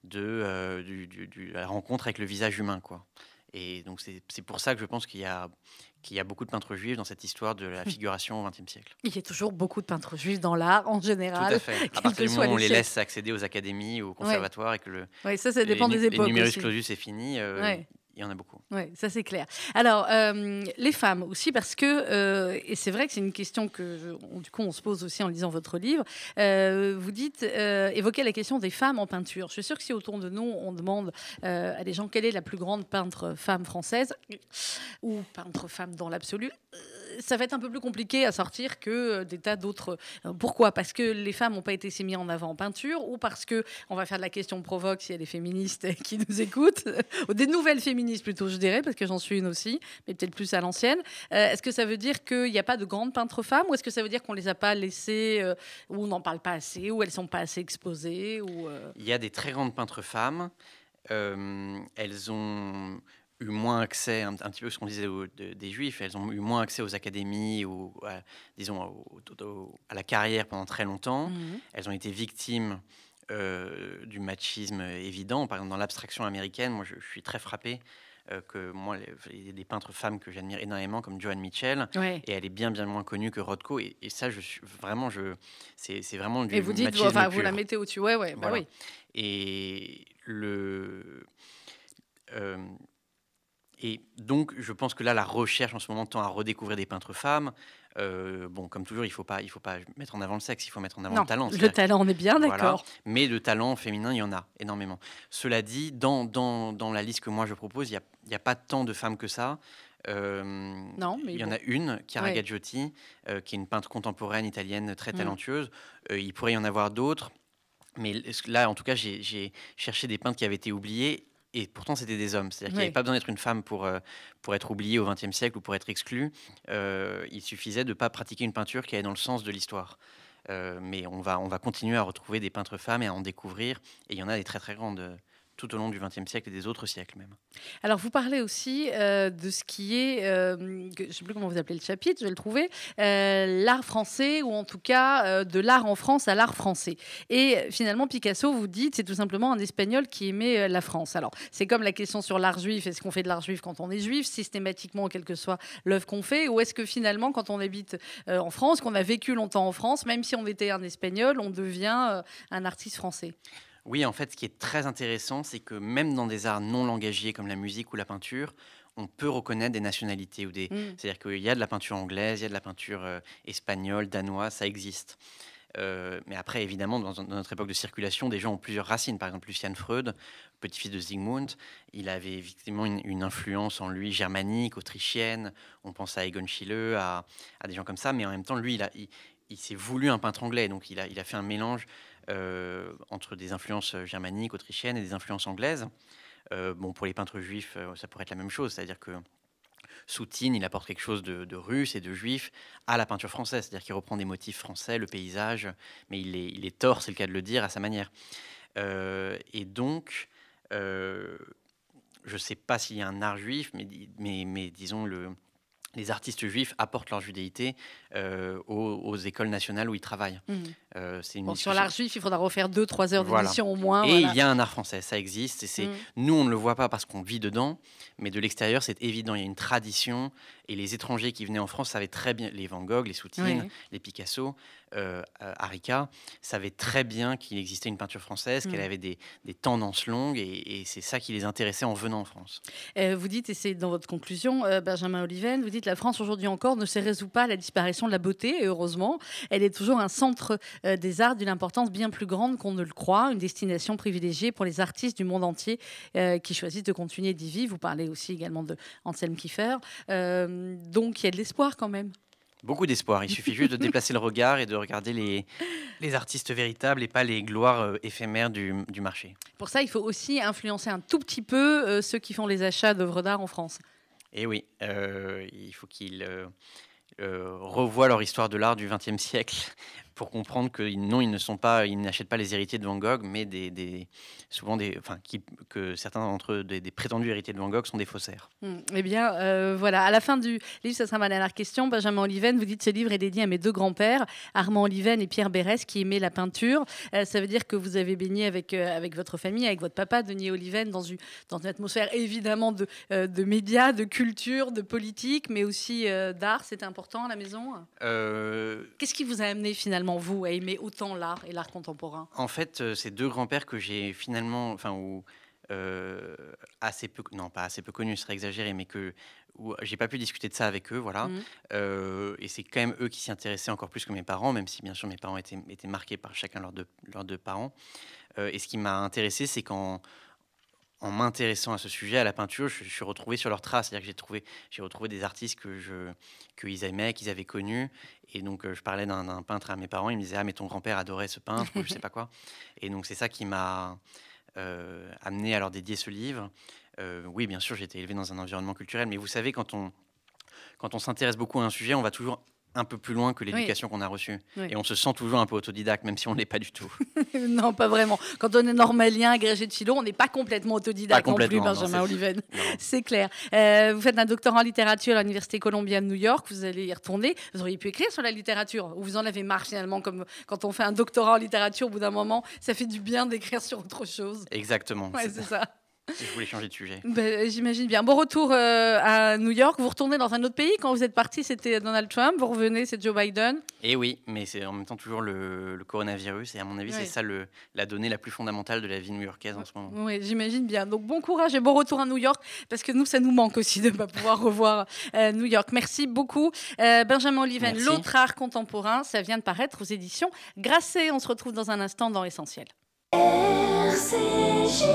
la rencontre avec le visage humain, quoi. Et donc c'est pour ça que je pense qu'il y a beaucoup de peintres juifs dans cette histoire de la figuration au XXe siècle. Il y a toujours beaucoup de peintres juifs dans l'art en général. Tout à fait. À partir du moment où on les laisse accéder aux académies, aux conservatoires, et que ça dépend des époques. Le numerus aussi. clausus est fini. Il y en a beaucoup. Oui, ça c'est clair. Alors, les femmes aussi, parce que, et c'est vrai que c'est une question que du coup on se pose aussi en lisant votre livre, vous dites, évoquez la question des femmes en peinture. Je suis sûre que si autour de nous on demande à des gens quelle est la plus grande peintre femme française, ou peintre femme dans l'absolu, ça va être un peu plus compliqué à sortir que des tas d'autres. Pourquoi ? Parce que les femmes n'ont pas été si mises en avant en peinture, ou parce que, on va faire de la question provoque s'il y a des féministes qui nous écoutent, ou des nouvelles féministes plutôt, je dirais, parce que j'en suis une aussi, mais peut-être plus à l'ancienne. Est-ce que ça veut dire qu'il n'y a pas de grandes peintres femmes, ou est-ce que ça veut dire qu'on ne les a pas laissées, ou on n'en parle pas assez, ou elles ne sont pas assez exposées ou, Il y a des très grandes peintres femmes. Elles ont eu moins accès, un petit peu ce qu'on disait des Juifs, elles ont eu moins accès aux académies, ou disons à la carrière pendant très longtemps. Mhm. Elles ont été victimes du machisme évident. Par exemple, dans l'abstraction américaine, moi je suis très frappé que moi, il y a des peintres femmes que j'admire énormément, comme Joan Mitchell, Ouais. et elle est bien moins connue que Rothko. Et ça, c'est vraiment du Et vous dites, machisme enfin, pur. vous la mettez au-dessus. Ouais, bah Voilà. oui. Euh, et donc, je pense que là, la recherche en ce moment tend à redécouvrir des peintres femmes. Bon, comme toujours, il faut pas mettre en avant le sexe, il faut mettre en avant Non, le talent. le C'est-à-dire que- talent, on est bien Voilà. d'accord. Mais le talent féminin, il y en a énormément. Cela dit, dans la liste que moi je propose, il y a pas tant de femmes que ça. Non, mais Il y en bon. a une, Chiara Ouais. Gagiotti, qui est une peintre contemporaine italienne très Mm. talentueuse. Il pourrait y en avoir d'autres. Mais là, en tout cas, j'ai cherché des peintres qui avaient été oubliés. Et pourtant, c'était des hommes. C'est-à-dire qu'il n'y avait Ouais. pas besoin d'être une femme pour être oubliée au XXe siècle ou pour être exclue. Il suffisait de ne pas pratiquer une peinture qui allait dans le sens de l'histoire. Mais on va continuer à retrouver des peintres femmes et à en découvrir. Et il y en a des très très grandes tout au long du XXe siècle et des autres siècles même. Alors, vous parlez aussi de ce qui est, je ne sais plus comment vous appelez le chapitre, je vais le trouver, l'art français, ou en tout cas de l'art en France à l'art français. Et finalement, Picasso, vous dites, c'est tout simplement un Espagnol qui aimait la France. Alors, c'est comme la question sur l'art juif, est-ce qu'on fait de l'art juif quand on est juif, systématiquement, quelle que soit l'œuvre qu'on fait, ou est-ce que finalement, quand on habite en France, qu'on a vécu longtemps en France, même si on était un Espagnol, on devient un artiste français? Oui, en fait, ce qui est très intéressant, c'est que même dans des arts non langagiers comme la musique ou la peinture, on peut reconnaître des nationalités. Mm. C'est-à-dire qu'il y a de la peinture anglaise, il y a de la peinture espagnole, danoise, ça existe. Mais après, évidemment, dans notre époque de circulation, des gens ont plusieurs racines. Par exemple, Lucian Freud, petit-fils de Sigmund, il avait effectivement une influence en lui germanique, autrichienne. On pense à Egon Schiele, à des gens comme ça. Mais en même temps, lui, il s'est voulu un peintre anglais. Donc, il a fait un mélange entre des influences germaniques, autrichiennes et des influences anglaises. Bon, pour les peintres juifs, ça pourrait être la même chose. C'est-à-dire que Soutine, il apporte quelque chose de russe et de juif à la peinture française. C'est-à-dire qu'il reprend des motifs français, le paysage, mais il les tord, c'est le cas de le dire, à sa manière. Et donc, je ne sais pas s'il y a un art juif, mais disons, les artistes juifs apportent leur judéité aux écoles nationales où ils travaillent. Mm. C'est une Bon, sur discussion. l'art juif, il faudra refaire 2-3 heures Voilà. d'émission au moins. Et Voilà. il y a un art français, ça existe. Et Mm. nous, on ne le voit pas parce qu'on vit dedans, mais de l'extérieur, c'est évident. Il y a une tradition. Et les étrangers qui venaient en France savaient très bien, les Van Gogh, les Soutine, Oui. les Picasso, Arica, savaient très bien qu'il existait une peinture française, qu'elle avait des tendances longues. Et c'est ça qui les intéressait en venant en France. Vous dites, et c'est dans votre conclusion, Benjamin Oliven, vous dites la France aujourd'hui encore ne se résout pas à la disparition de la beauté, et heureusement, elle est toujours un centre des arts d'une importance bien plus grande qu'on ne le croit, une destination privilégiée pour les artistes du monde entier qui choisissent de continuer d'y vivre. Vous parlez aussi également de Anselm Kiefer. Donc il y a de l'espoir quand même. Beaucoup d'espoir. Il suffit juste de déplacer le regard et de regarder les artistes véritables et pas les gloires éphémères du marché. Pour ça, il faut aussi influencer un tout petit peu ceux qui font les achats d'œuvres d'art en France. Et oui, il faut qu'ils revoient leur histoire de l'art du XXe siècle pour comprendre que non, ils n'achètent pas les héritiers de Van Gogh, mais que certains d'entre eux, des prétendus héritiers de Van Gogh, sont des faussaires. Eh bien, voilà. À la fin du livre, ça sera ma dernière question. Benjamin Oliven, vous dites ce livre est dédié à mes deux grands-pères, Armand Oliven et Pierre Bérès, qui aimaient la peinture. Ça veut dire que vous avez baigné avec votre famille, avec votre papa, Denis Oliven, dans une atmosphère évidemment de médias, de culture, de politique, mais aussi d'art. C'était important à la maison. Qu'est-ce qui vous a amené finalement, vous, à aimer autant l'art et l'art contemporain? En fait, ces deux grands-pères que j'ai finalement, assez peu, non pas assez peu connus, ce serait exagéré, mais où j'ai pas pu discuter de ça avec eux, voilà. Et c'est quand même eux qui s'y intéressaient encore plus que mes parents, même si bien sûr mes parents étaient marqués par chacun leurs deux parents. Et ce qui m'a intéressé, c'est qu'en m'intéressant à ce sujet, à la peinture, je suis retrouvé sur leurs traces. C'est-à-dire que j'ai retrouvé des artistes qu'ils aimaient, qu'ils avaient connus. Et donc, je parlais d'un peintre à mes parents. Ils me disaient « Ah, mais ton grand-père adorait ce peintre » ou je sais pas quoi. Et donc, c'est ça qui m'a amené à leur dédier ce livre. Oui, bien sûr, j'ai été élevé dans un environnement culturel. Mais vous savez, quand on s'intéresse beaucoup à un sujet, on va toujours un peu plus loin que l'éducation qu'on a reçue. Oui. Et on se sent toujours un peu autodidacte, même si on ne l'est pas du tout. Non, pas vraiment. Quand on est normalien, agrégé de philo, on n'est pas complètement autodidacte Pas complètement, non plus, Benjamin non, Oliven. Non. C'est clair. Vous faites un doctorat en littérature à l'Université Columbia de New York. Vous allez y retourner. Vous auriez pu écrire sur la littérature. Ou vous en avez marre finalement, comme quand on fait un doctorat en littérature, au bout d'un moment, ça fait du bien d'écrire sur autre chose. Exactement. Ouais, c'est ça. Je voulais changer de sujet. J'imagine bien. Bon retour à New York. Vous retournez dans un autre pays. Quand vous êtes parti, c'était Donald Trump. Vous revenez, c'est Joe Biden. Et oui, mais c'est en même temps toujours le coronavirus. Et à mon avis, c'est ça la donnée la plus fondamentale de la vie new-yorkaise en ce moment. Oui, j'imagine bien. Donc bon courage et bon retour à New York, parce que nous, ça nous manque aussi de ne pas pouvoir revoir New York. Merci beaucoup. Benjamin Oliven, Merci. L'autre art contemporain, ça vient de paraître aux éditions Grasset. On se retrouve dans un instant dans Essentiel. RCJ.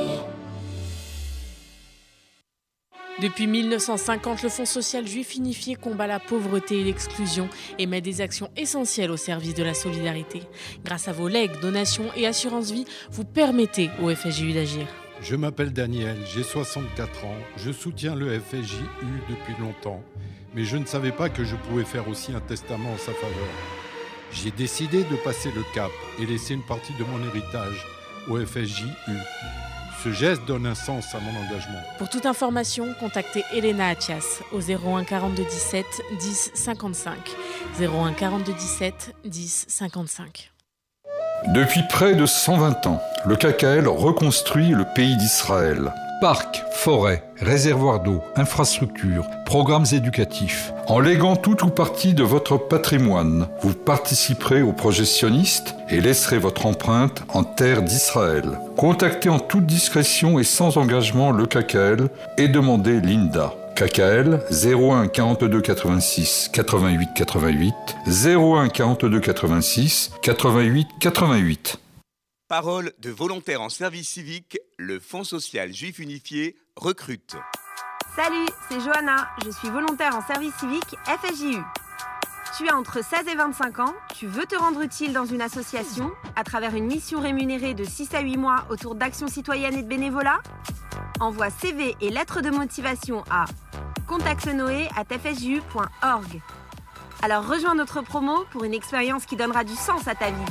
Depuis 1950, le Fonds social juif unifié combat la pauvreté et l'exclusion et met des actions essentielles au service de la solidarité. Grâce à vos legs, donations et assurances vie, vous permettez au FSJU d'agir. Je m'appelle Daniel, j'ai 64 ans, je soutiens le FSJU depuis longtemps, mais je ne savais pas que je pouvais faire aussi un testament en sa faveur. J'ai décidé de passer le cap et laisser une partie de mon héritage au FSJU. Ce geste donne un sens à mon engagement. Pour toute information, contactez Elena Athias au 01 42 17 10 55. 01 42 17 10 55. Depuis près de 120 ans, le KKL reconstruit le pays d'Israël. Parcs, forêts, réservoirs d'eau, infrastructures, programmes éducatifs. En léguant tout ou partie de votre patrimoine, vous participerez au projet sioniste et laisserez votre empreinte en terre d'Israël. Contactez en toute discrétion et sans engagement le KKL et demandez l'INDA. KKL 01 42 86 88 88 01 42 86 88 88. Parole de volontaires en service civique, le Fonds social juif unifié recrute. Salut, c'est Johanna, je suis volontaire en service civique FSJU. Tu as entre 16 et 25 ans, tu veux te rendre utile dans une association à travers une mission rémunérée de 6 à 8 mois autour d'actions citoyennes et de bénévolat ? Envoie CV et lettres de motivation à contactenoé@fsju.org. Alors rejoins notre promo pour une expérience qui donnera du sens à ta vie.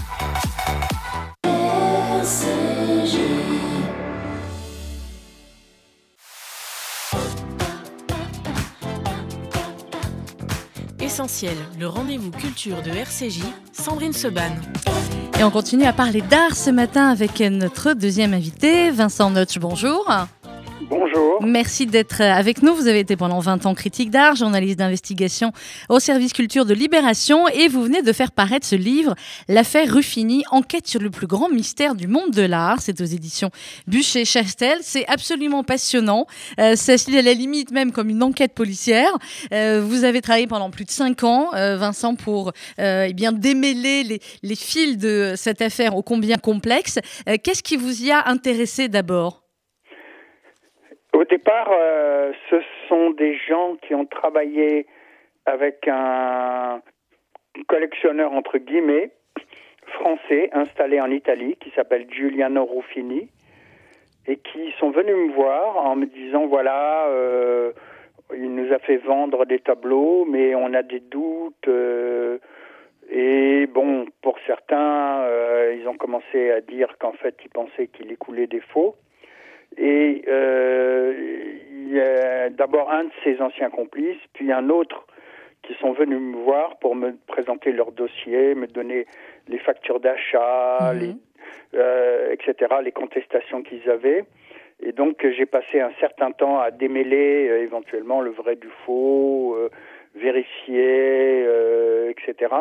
Essentiel, le rendez-vous culture de RCJ, Sandrine Seban. Et on continue à parler d'art ce matin avec notre deuxième invité, Vincent Notch. Bonjour. Bonjour. Merci d'être avec nous. Vous avez été pendant 20 ans critique d'art, journaliste d'investigation au service culture de Libération et vous venez de faire paraître ce livre, L'affaire Ruffini, enquête sur le plus grand mystère du monde de l'art. C'est aux éditions Buchet-Chastel. C'est absolument passionnant. Ça se lit à la limite même comme une enquête policière. Vous avez travaillé pendant plus de 5 ans, Vincent, pour démêler les fils de cette affaire ô combien complexe. Qu'est-ce qui vous y a intéressé d'abord ? Au départ, ce sont des gens qui ont travaillé avec un collectionneur, entre guillemets, français, installé en Italie, qui s'appelle Giuliano Ruffini, et qui sont venus me voir en me disant, voilà, il nous a fait vendre des tableaux, mais on a des doutes, et bon, pour certains, ils ont commencé à dire qu'en fait, ils pensaient qu'il écoulait des faux. Et il y a d'abord un de ses anciens complices, puis un autre qui sont venus me voir pour me présenter leur dossier, me donner les factures d'achat, etc., les contestations qu'ils avaient. Et donc j'ai passé un certain temps à démêler éventuellement le vrai du faux, vérifier, etc.,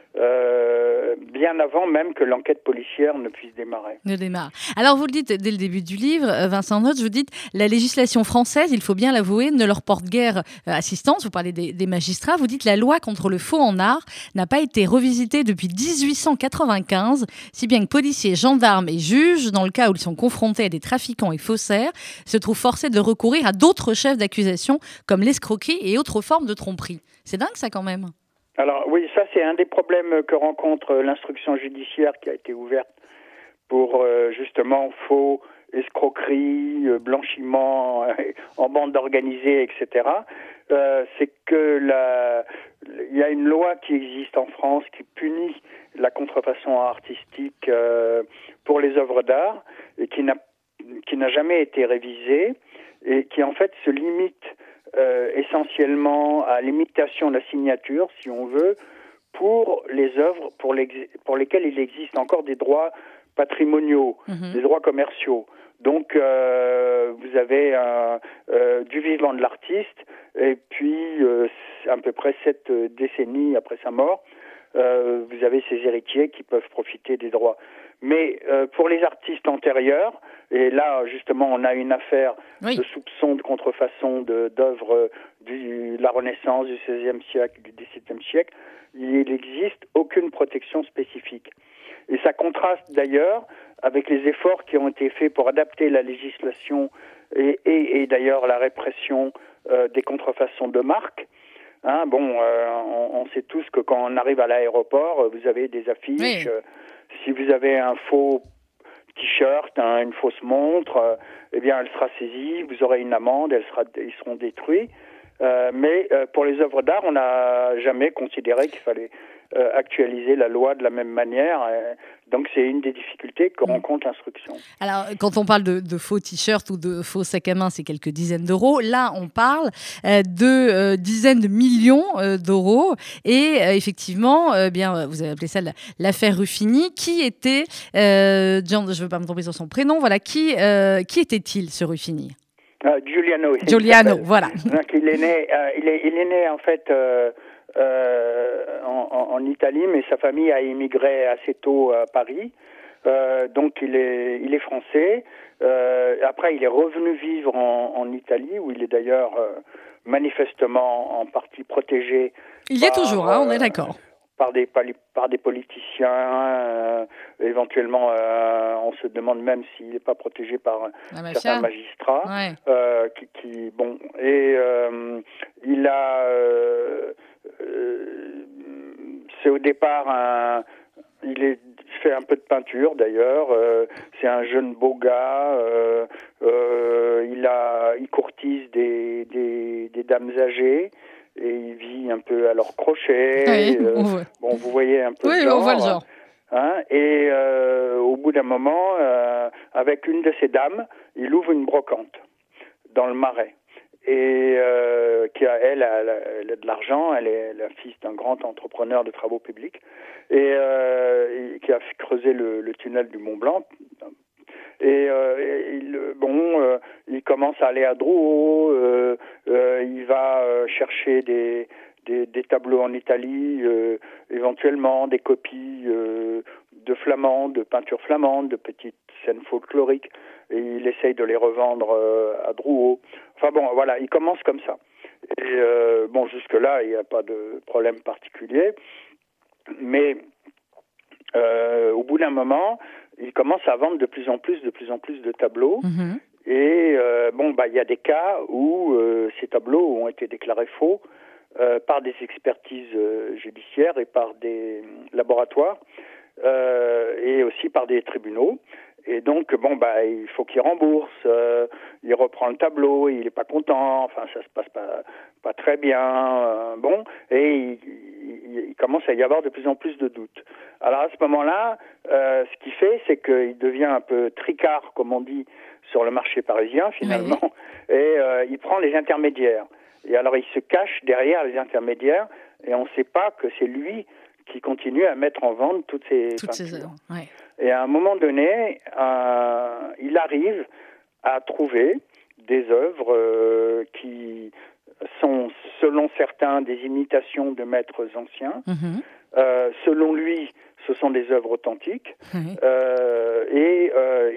bien avant même que l'enquête policière ne puisse démarrer. Alors vous le dites dès le début du livre, Vincent Notch, vous dites la législation française, il faut bien l'avouer, ne leur porte guère assistance. Vous parlez des magistrats, vous dites la loi contre le faux en art n'a pas été revisitée depuis 1895, si bien que policiers, gendarmes et juges, dans le cas où ils sont confrontés à des trafiquants et faussaires, se trouvent forcés de recourir à d'autres chefs d'accusation comme l'escroquerie et autres formes de tromperie. C'est dingue ça quand même. Alors oui, ça c'est un des problèmes que rencontre l'instruction judiciaire qui a été ouverte pour justement faux, escroquerie, blanchiment en bande organisée, etc. C'est que y a une loi qui existe en France qui punit la contrefaçon artistique pour les œuvres d'art et qui n'a jamais été révisée et qui en fait se limite essentiellement à l'imitation de la signature, si on veut, pour les œuvres pour lesquelles il existe encore des droits patrimoniaux, des droits commerciaux. Donc, vous avez du vivant de l'artiste, et puis, à peu près 7 décennies après sa mort, vous avez ses héritiers qui peuvent profiter des droits. Mais pour les artistes antérieurs, et là, justement, on a une affaire de soupçon de contrefaçon d'œuvres de la Renaissance, du XVIe siècle, du XVIIe siècle, il n'existe aucune protection spécifique. Et ça contraste d'ailleurs avec les efforts qui ont été faits pour adapter la législation et d'ailleurs la répression des contrefaçons de marques. Hein, on sait tous que quand on arrive à l'aéroport, vous avez des affiches. Si vous avez un faux t-shirt, une fausse montre, eh bien, elle sera saisie, vous aurez une amende, ils seront détruits. Mais pour les œuvres d'art, on n'a jamais considéré qu'il fallait actualiser la loi de la même manière. Donc, c'est une des difficultés que rencontre l'instruction. Alors, quand on parle de faux t-shirts ou de faux sacs à main, c'est quelques dizaines d'euros. Là, on parle de dizaines de millions d'euros. Et effectivement, vous avez appelé ça l'affaire Ruffini. Qui était, je ne veux pas me tromper sur son prénom, voilà, qui était-il, ce Ruffini ? Giuliano, voilà. Donc, il est né en fait en Italie, mais sa famille a immigré assez tôt à Paris. Donc il est français. Après, il est revenu vivre en Italie, où il est d'ailleurs manifestement en partie protégé. Il y est toujours, on est d'accord. Par des politiciens, éventuellement, on se demande même s'il n'est pas protégé par certains magistrats. Il a, c'est au départ il fait un peu de peinture d'ailleurs. C'est un jeune beau gars. Il courtise des dames âgées. Et il vit un peu à leur crochet. Vous voyez un peu le genre. Oui, on voit le genre. Hein, et au bout d'un moment, avec une de ces dames, il ouvre une brocante dans le Marais. Et elle a de l'argent, elle est la fille d'un grand entrepreneur de travaux publics, et qui a creusé le tunnel du Mont Blanc. Et il commence à aller à Drouot, il va chercher des tableaux en Italie, éventuellement des copies de flamandes, de peintures flamandes, de petites scènes folkloriques, et il essaye de les revendre à Drouot. Enfin voilà, il commence comme ça. Et jusque-là, il n'y a pas de problème particulier, mais au bout d'un moment, il commence à vendre de plus en plus de tableaux. Et il y a des cas où ces tableaux ont été déclarés faux par des expertises judiciaires et par des laboratoires et aussi par des tribunaux. Et donc, il faut qu'il rembourse. Il reprend le tableau, il n'est pas content. Enfin, ça se passe pas très bien. Et il commence à y avoir de plus en plus de doutes. Alors à ce moment-là, ce qu'il fait, c'est qu'il devient un peu tricard, comme on dit, sur le marché parisien finalement, et il prend les intermédiaires. Et alors il se cache derrière les intermédiaires, et on ne sait pas que c'est lui qui continue à mettre en vente toutes ces œuvres. Et à un moment donné, il arrive à trouver des œuvres qui sont, selon certains, des imitations de maîtres anciens. Selon lui, ce sont des œuvres authentiques. Et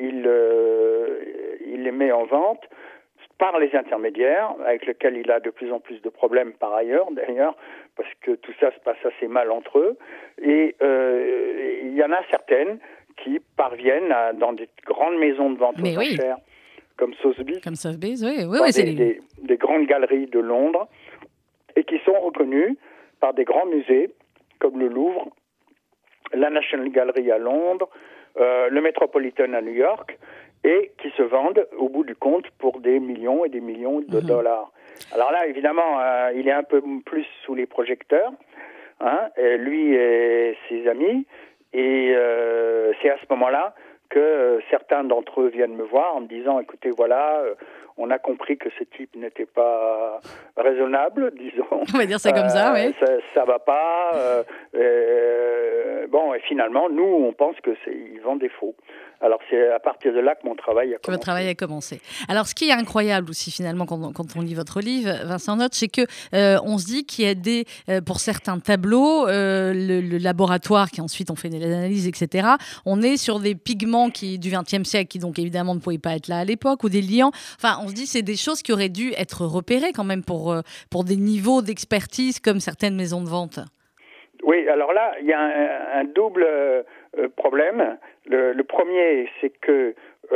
il les met en vente par les intermédiaires, avec lesquels il a de plus en plus de problèmes par ailleurs, d'ailleurs, parce que tout ça se passe assez mal entre eux. Et il y en a certaines qui parviennent dans des grandes maisons de vente aux enchères, comme Sotheby's, des grandes galeries de Londres, et qui sont reconnues par des grands musées, comme le Louvre, la National Gallery à Londres, le Metropolitan à New York, et qui se vendent au bout du compte pour des millions et des millions de dollars. Alors là, évidemment, il est un peu plus sous les projecteurs, lui et ses amis. Et c'est à ce moment-là que certains d'entre eux viennent me voir en me disant, écoutez, voilà, on a compris que ce type n'était pas raisonnable, disons. On va dire ça comme ça, oui. Ça va pas. Bon, et finalement, nous, on pense qu'il vend des faux. Alors, c'est à partir de là que mon travail a commencé. Votre travail a commencé. Alors, ce qui est incroyable aussi, finalement, quand on lit votre livre, Vincent Notte, c'est que on se dit qu'il y a pour certains tableaux, le laboratoire qui ensuite on fait des analyses, etc. On est sur des pigments du XXe siècle qui, donc, évidemment, ne pouvaient pas être là à l'époque, ou des liants. Enfin, on se dit c'est des choses qui auraient dû être repérées quand même pour des niveaux d'expertise comme certaines maisons de vente. Oui, alors là, il y a un double problème. Le premier, c'est que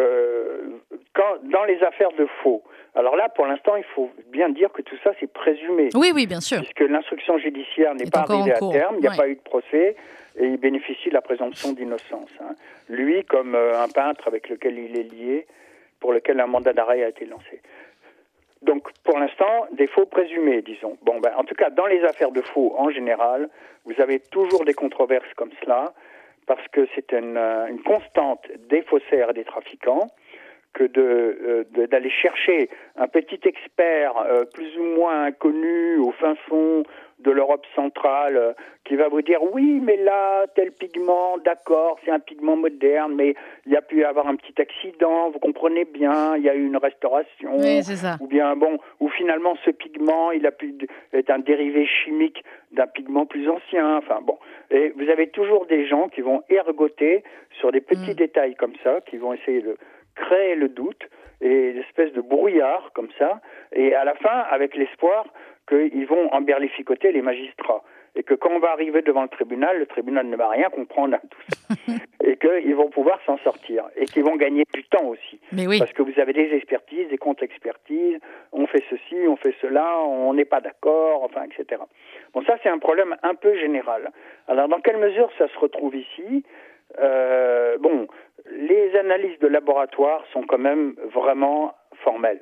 dans les affaires de faux, alors là, pour l'instant, il faut bien dire que tout ça, c'est présumé. Oui, bien sûr. Puisque l'instruction judiciaire n'est pas arrivée à terme, il n'y a pas eu de procès, et il bénéficie de la présomption d'innocence. Lui, comme un peintre avec lequel il est lié, pour lequel un mandat d'arrêt a été lancé. Donc, pour l'instant, des faux présumés, disons. Bon, en tout cas, dans les affaires de faux, en général, vous avez toujours des controverses comme cela, parce que c'est une constante des faussaires et des trafiquants que d'aller chercher un petit expert plus ou moins inconnu au fin fond de l'Europe centrale qui va vous dire oui, mais là, tel pigment, d'accord, c'est un pigment moderne, mais il y a pu y avoir un petit accident, vous comprenez bien, il y a eu une restauration. Oui, c'est ça. Ou bien, ou finalement, ce pigment, il a pu être un dérivé chimique d'un pigment plus ancien. Enfin, bon. Et vous avez toujours des gens qui vont ergoter sur des petits détails comme ça, qui vont essayer de créer le doute et une espèce de brouillard comme ça, et à la fin, avec l'espoir qu'ils vont emberlificoter les magistrats. Et que quand on va arriver devant le tribunal ne va rien comprendre à tout ça. Et qu'ils vont pouvoir s'en sortir. Et qu'ils vont gagner du temps aussi. Mais oui. Parce que vous avez des expertises, des contre-expertises, on fait ceci, on fait cela, on n'est pas d'accord, enfin, etc. Bon, ça, c'est un problème un peu général. Alors, dans quelle mesure ça se retrouve ici ? Les analyses de laboratoire sont quand même vraiment formelles.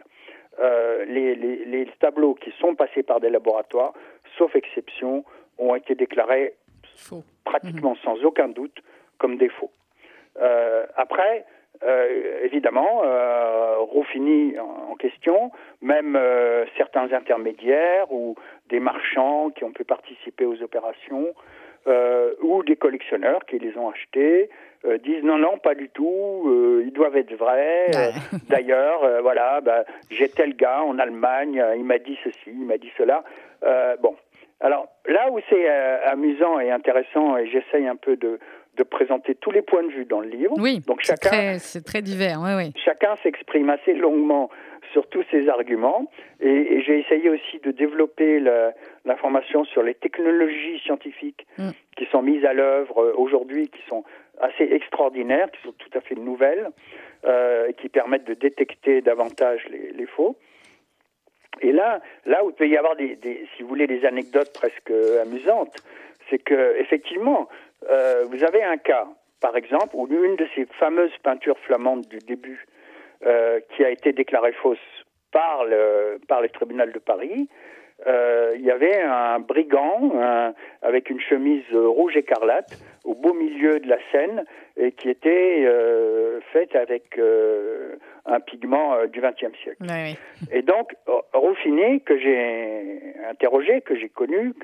Les tableaux qui sont passés par des laboratoires, sauf exception, ont été déclarés faux. Pratiquement sans aucun doute comme des faux. Après, évidemment, Ruffini en question, même certains intermédiaires ou des marchands qui ont pu participer aux opérations, ou des collectionneurs qui les ont achetés, disent non, pas du tout, ils doivent être vrais. D'ailleurs, j'ai tel gars en Allemagne, il m'a dit ceci, il m'a dit cela. Alors là où c'est amusant et intéressant, et j'essaye un peu de présenter tous les points de vue dans le livre. Oui, donc c'est très divers. Oui. Chacun s'exprime assez longuement sur tous ces arguments, et j'ai essayé aussi de développer l'information sur les technologies scientifiques qui sont mises à l'œuvre aujourd'hui, qui sont assez extraordinaires, qui sont tout à fait nouvelles, et qui permettent de détecter davantage les faux. Et là où il peut y avoir si vous voulez, des anecdotes presque amusantes, c'est que effectivement, vous avez un cas, par exemple, où une de ces fameuses peintures flamandes du début, qui a été déclarée fausse par le tribunal de Paris, il y avait un brigand avec une chemise rouge écarlate au beau milieu de la scène, et qui était faite avec un pigment du XXe siècle. Oui. Et donc, Ruffini, que j'ai interrogé, que j'ai connu,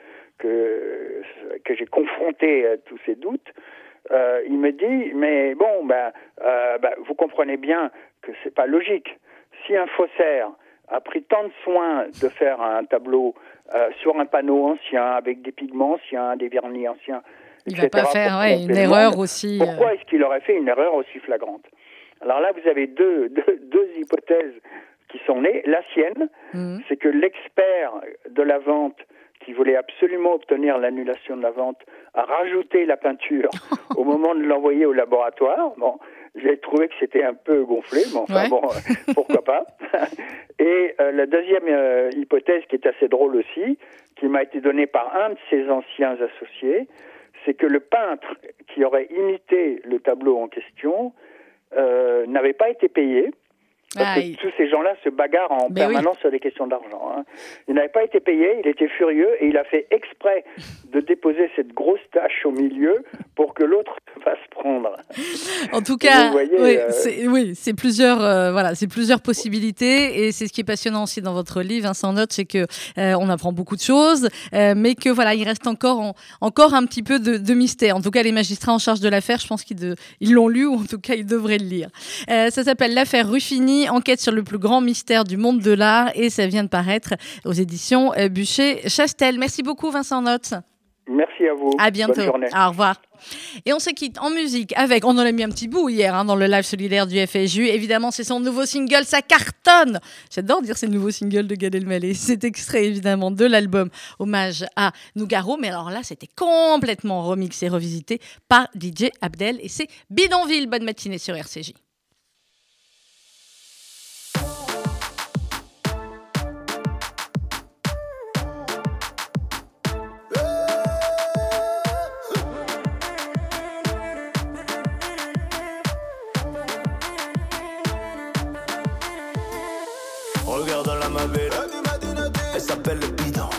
que j'ai confronté à tous ces doutes, il me dit, mais bon, vous comprenez bien que c'est pas logique. Si un faussaire a pris tant de soin de faire un tableau sur un panneau ancien, avec des pigments anciens, des vernis anciens, il ne va pas faire une erreur aussi. Pourquoi est-ce qu'il aurait fait une erreur aussi flagrante ? Alors là, vous avez deux hypothèses qui sont nées. La sienne, c'est que l'expert de la vente, qui voulait absolument obtenir l'annulation de la vente, a rajouté la peinture au moment de l'envoyer au laboratoire. Bon, j'ai trouvé que c'était un peu gonflé, mais enfin pourquoi pas. Et la deuxième hypothèse, qui est assez drôle aussi, qui m'a été donnée par un de ses anciens associés, c'est que le peintre qui aurait imité le tableau en question n'avait pas été payé, Parce que tous ces gens-là se bagarrent en permanence sur des questions d'argent. Hein. Il n'avait pas été payé, il était furieux et il a fait exprès de déposer cette grosse tache au milieu pour que l'autre se fasse prendre. En tout cas, vous voyez, c'est plusieurs possibilités et c'est ce qui est passionnant aussi dans votre livre, Vincent Note, c'est que on apprend beaucoup de choses, mais que voilà, il reste encore un petit peu de mystère. En tout cas, les magistrats en charge de l'affaire, je pense qu'ils l'ont lu ou en tout cas ils devraient le lire. Ça s'appelle l'affaire Ruffini, enquête sur le plus grand mystère du monde de l'art et ça vient de paraître aux éditions Bûcher-Chastel. Merci beaucoup Vincent Note. Merci à vous. À bientôt. Bonne journée. Au revoir. Et on se quitte en musique avec, on en a mis un petit bout hier dans le live solidaire du FSJU. Évidemment, c'est son nouveau single, ça cartonne. J'adore dire c'est le nouveau single de Gad Elmaleh. C'est extrait évidemment de l'album Hommage à Nougaro. Mais alors là, c'était complètement remixé et revisité par DJ Abdel. Et c'est Bidonville. Bonne matinée sur RCJ. Regarde la mavelle, elle s'appelle le bidon.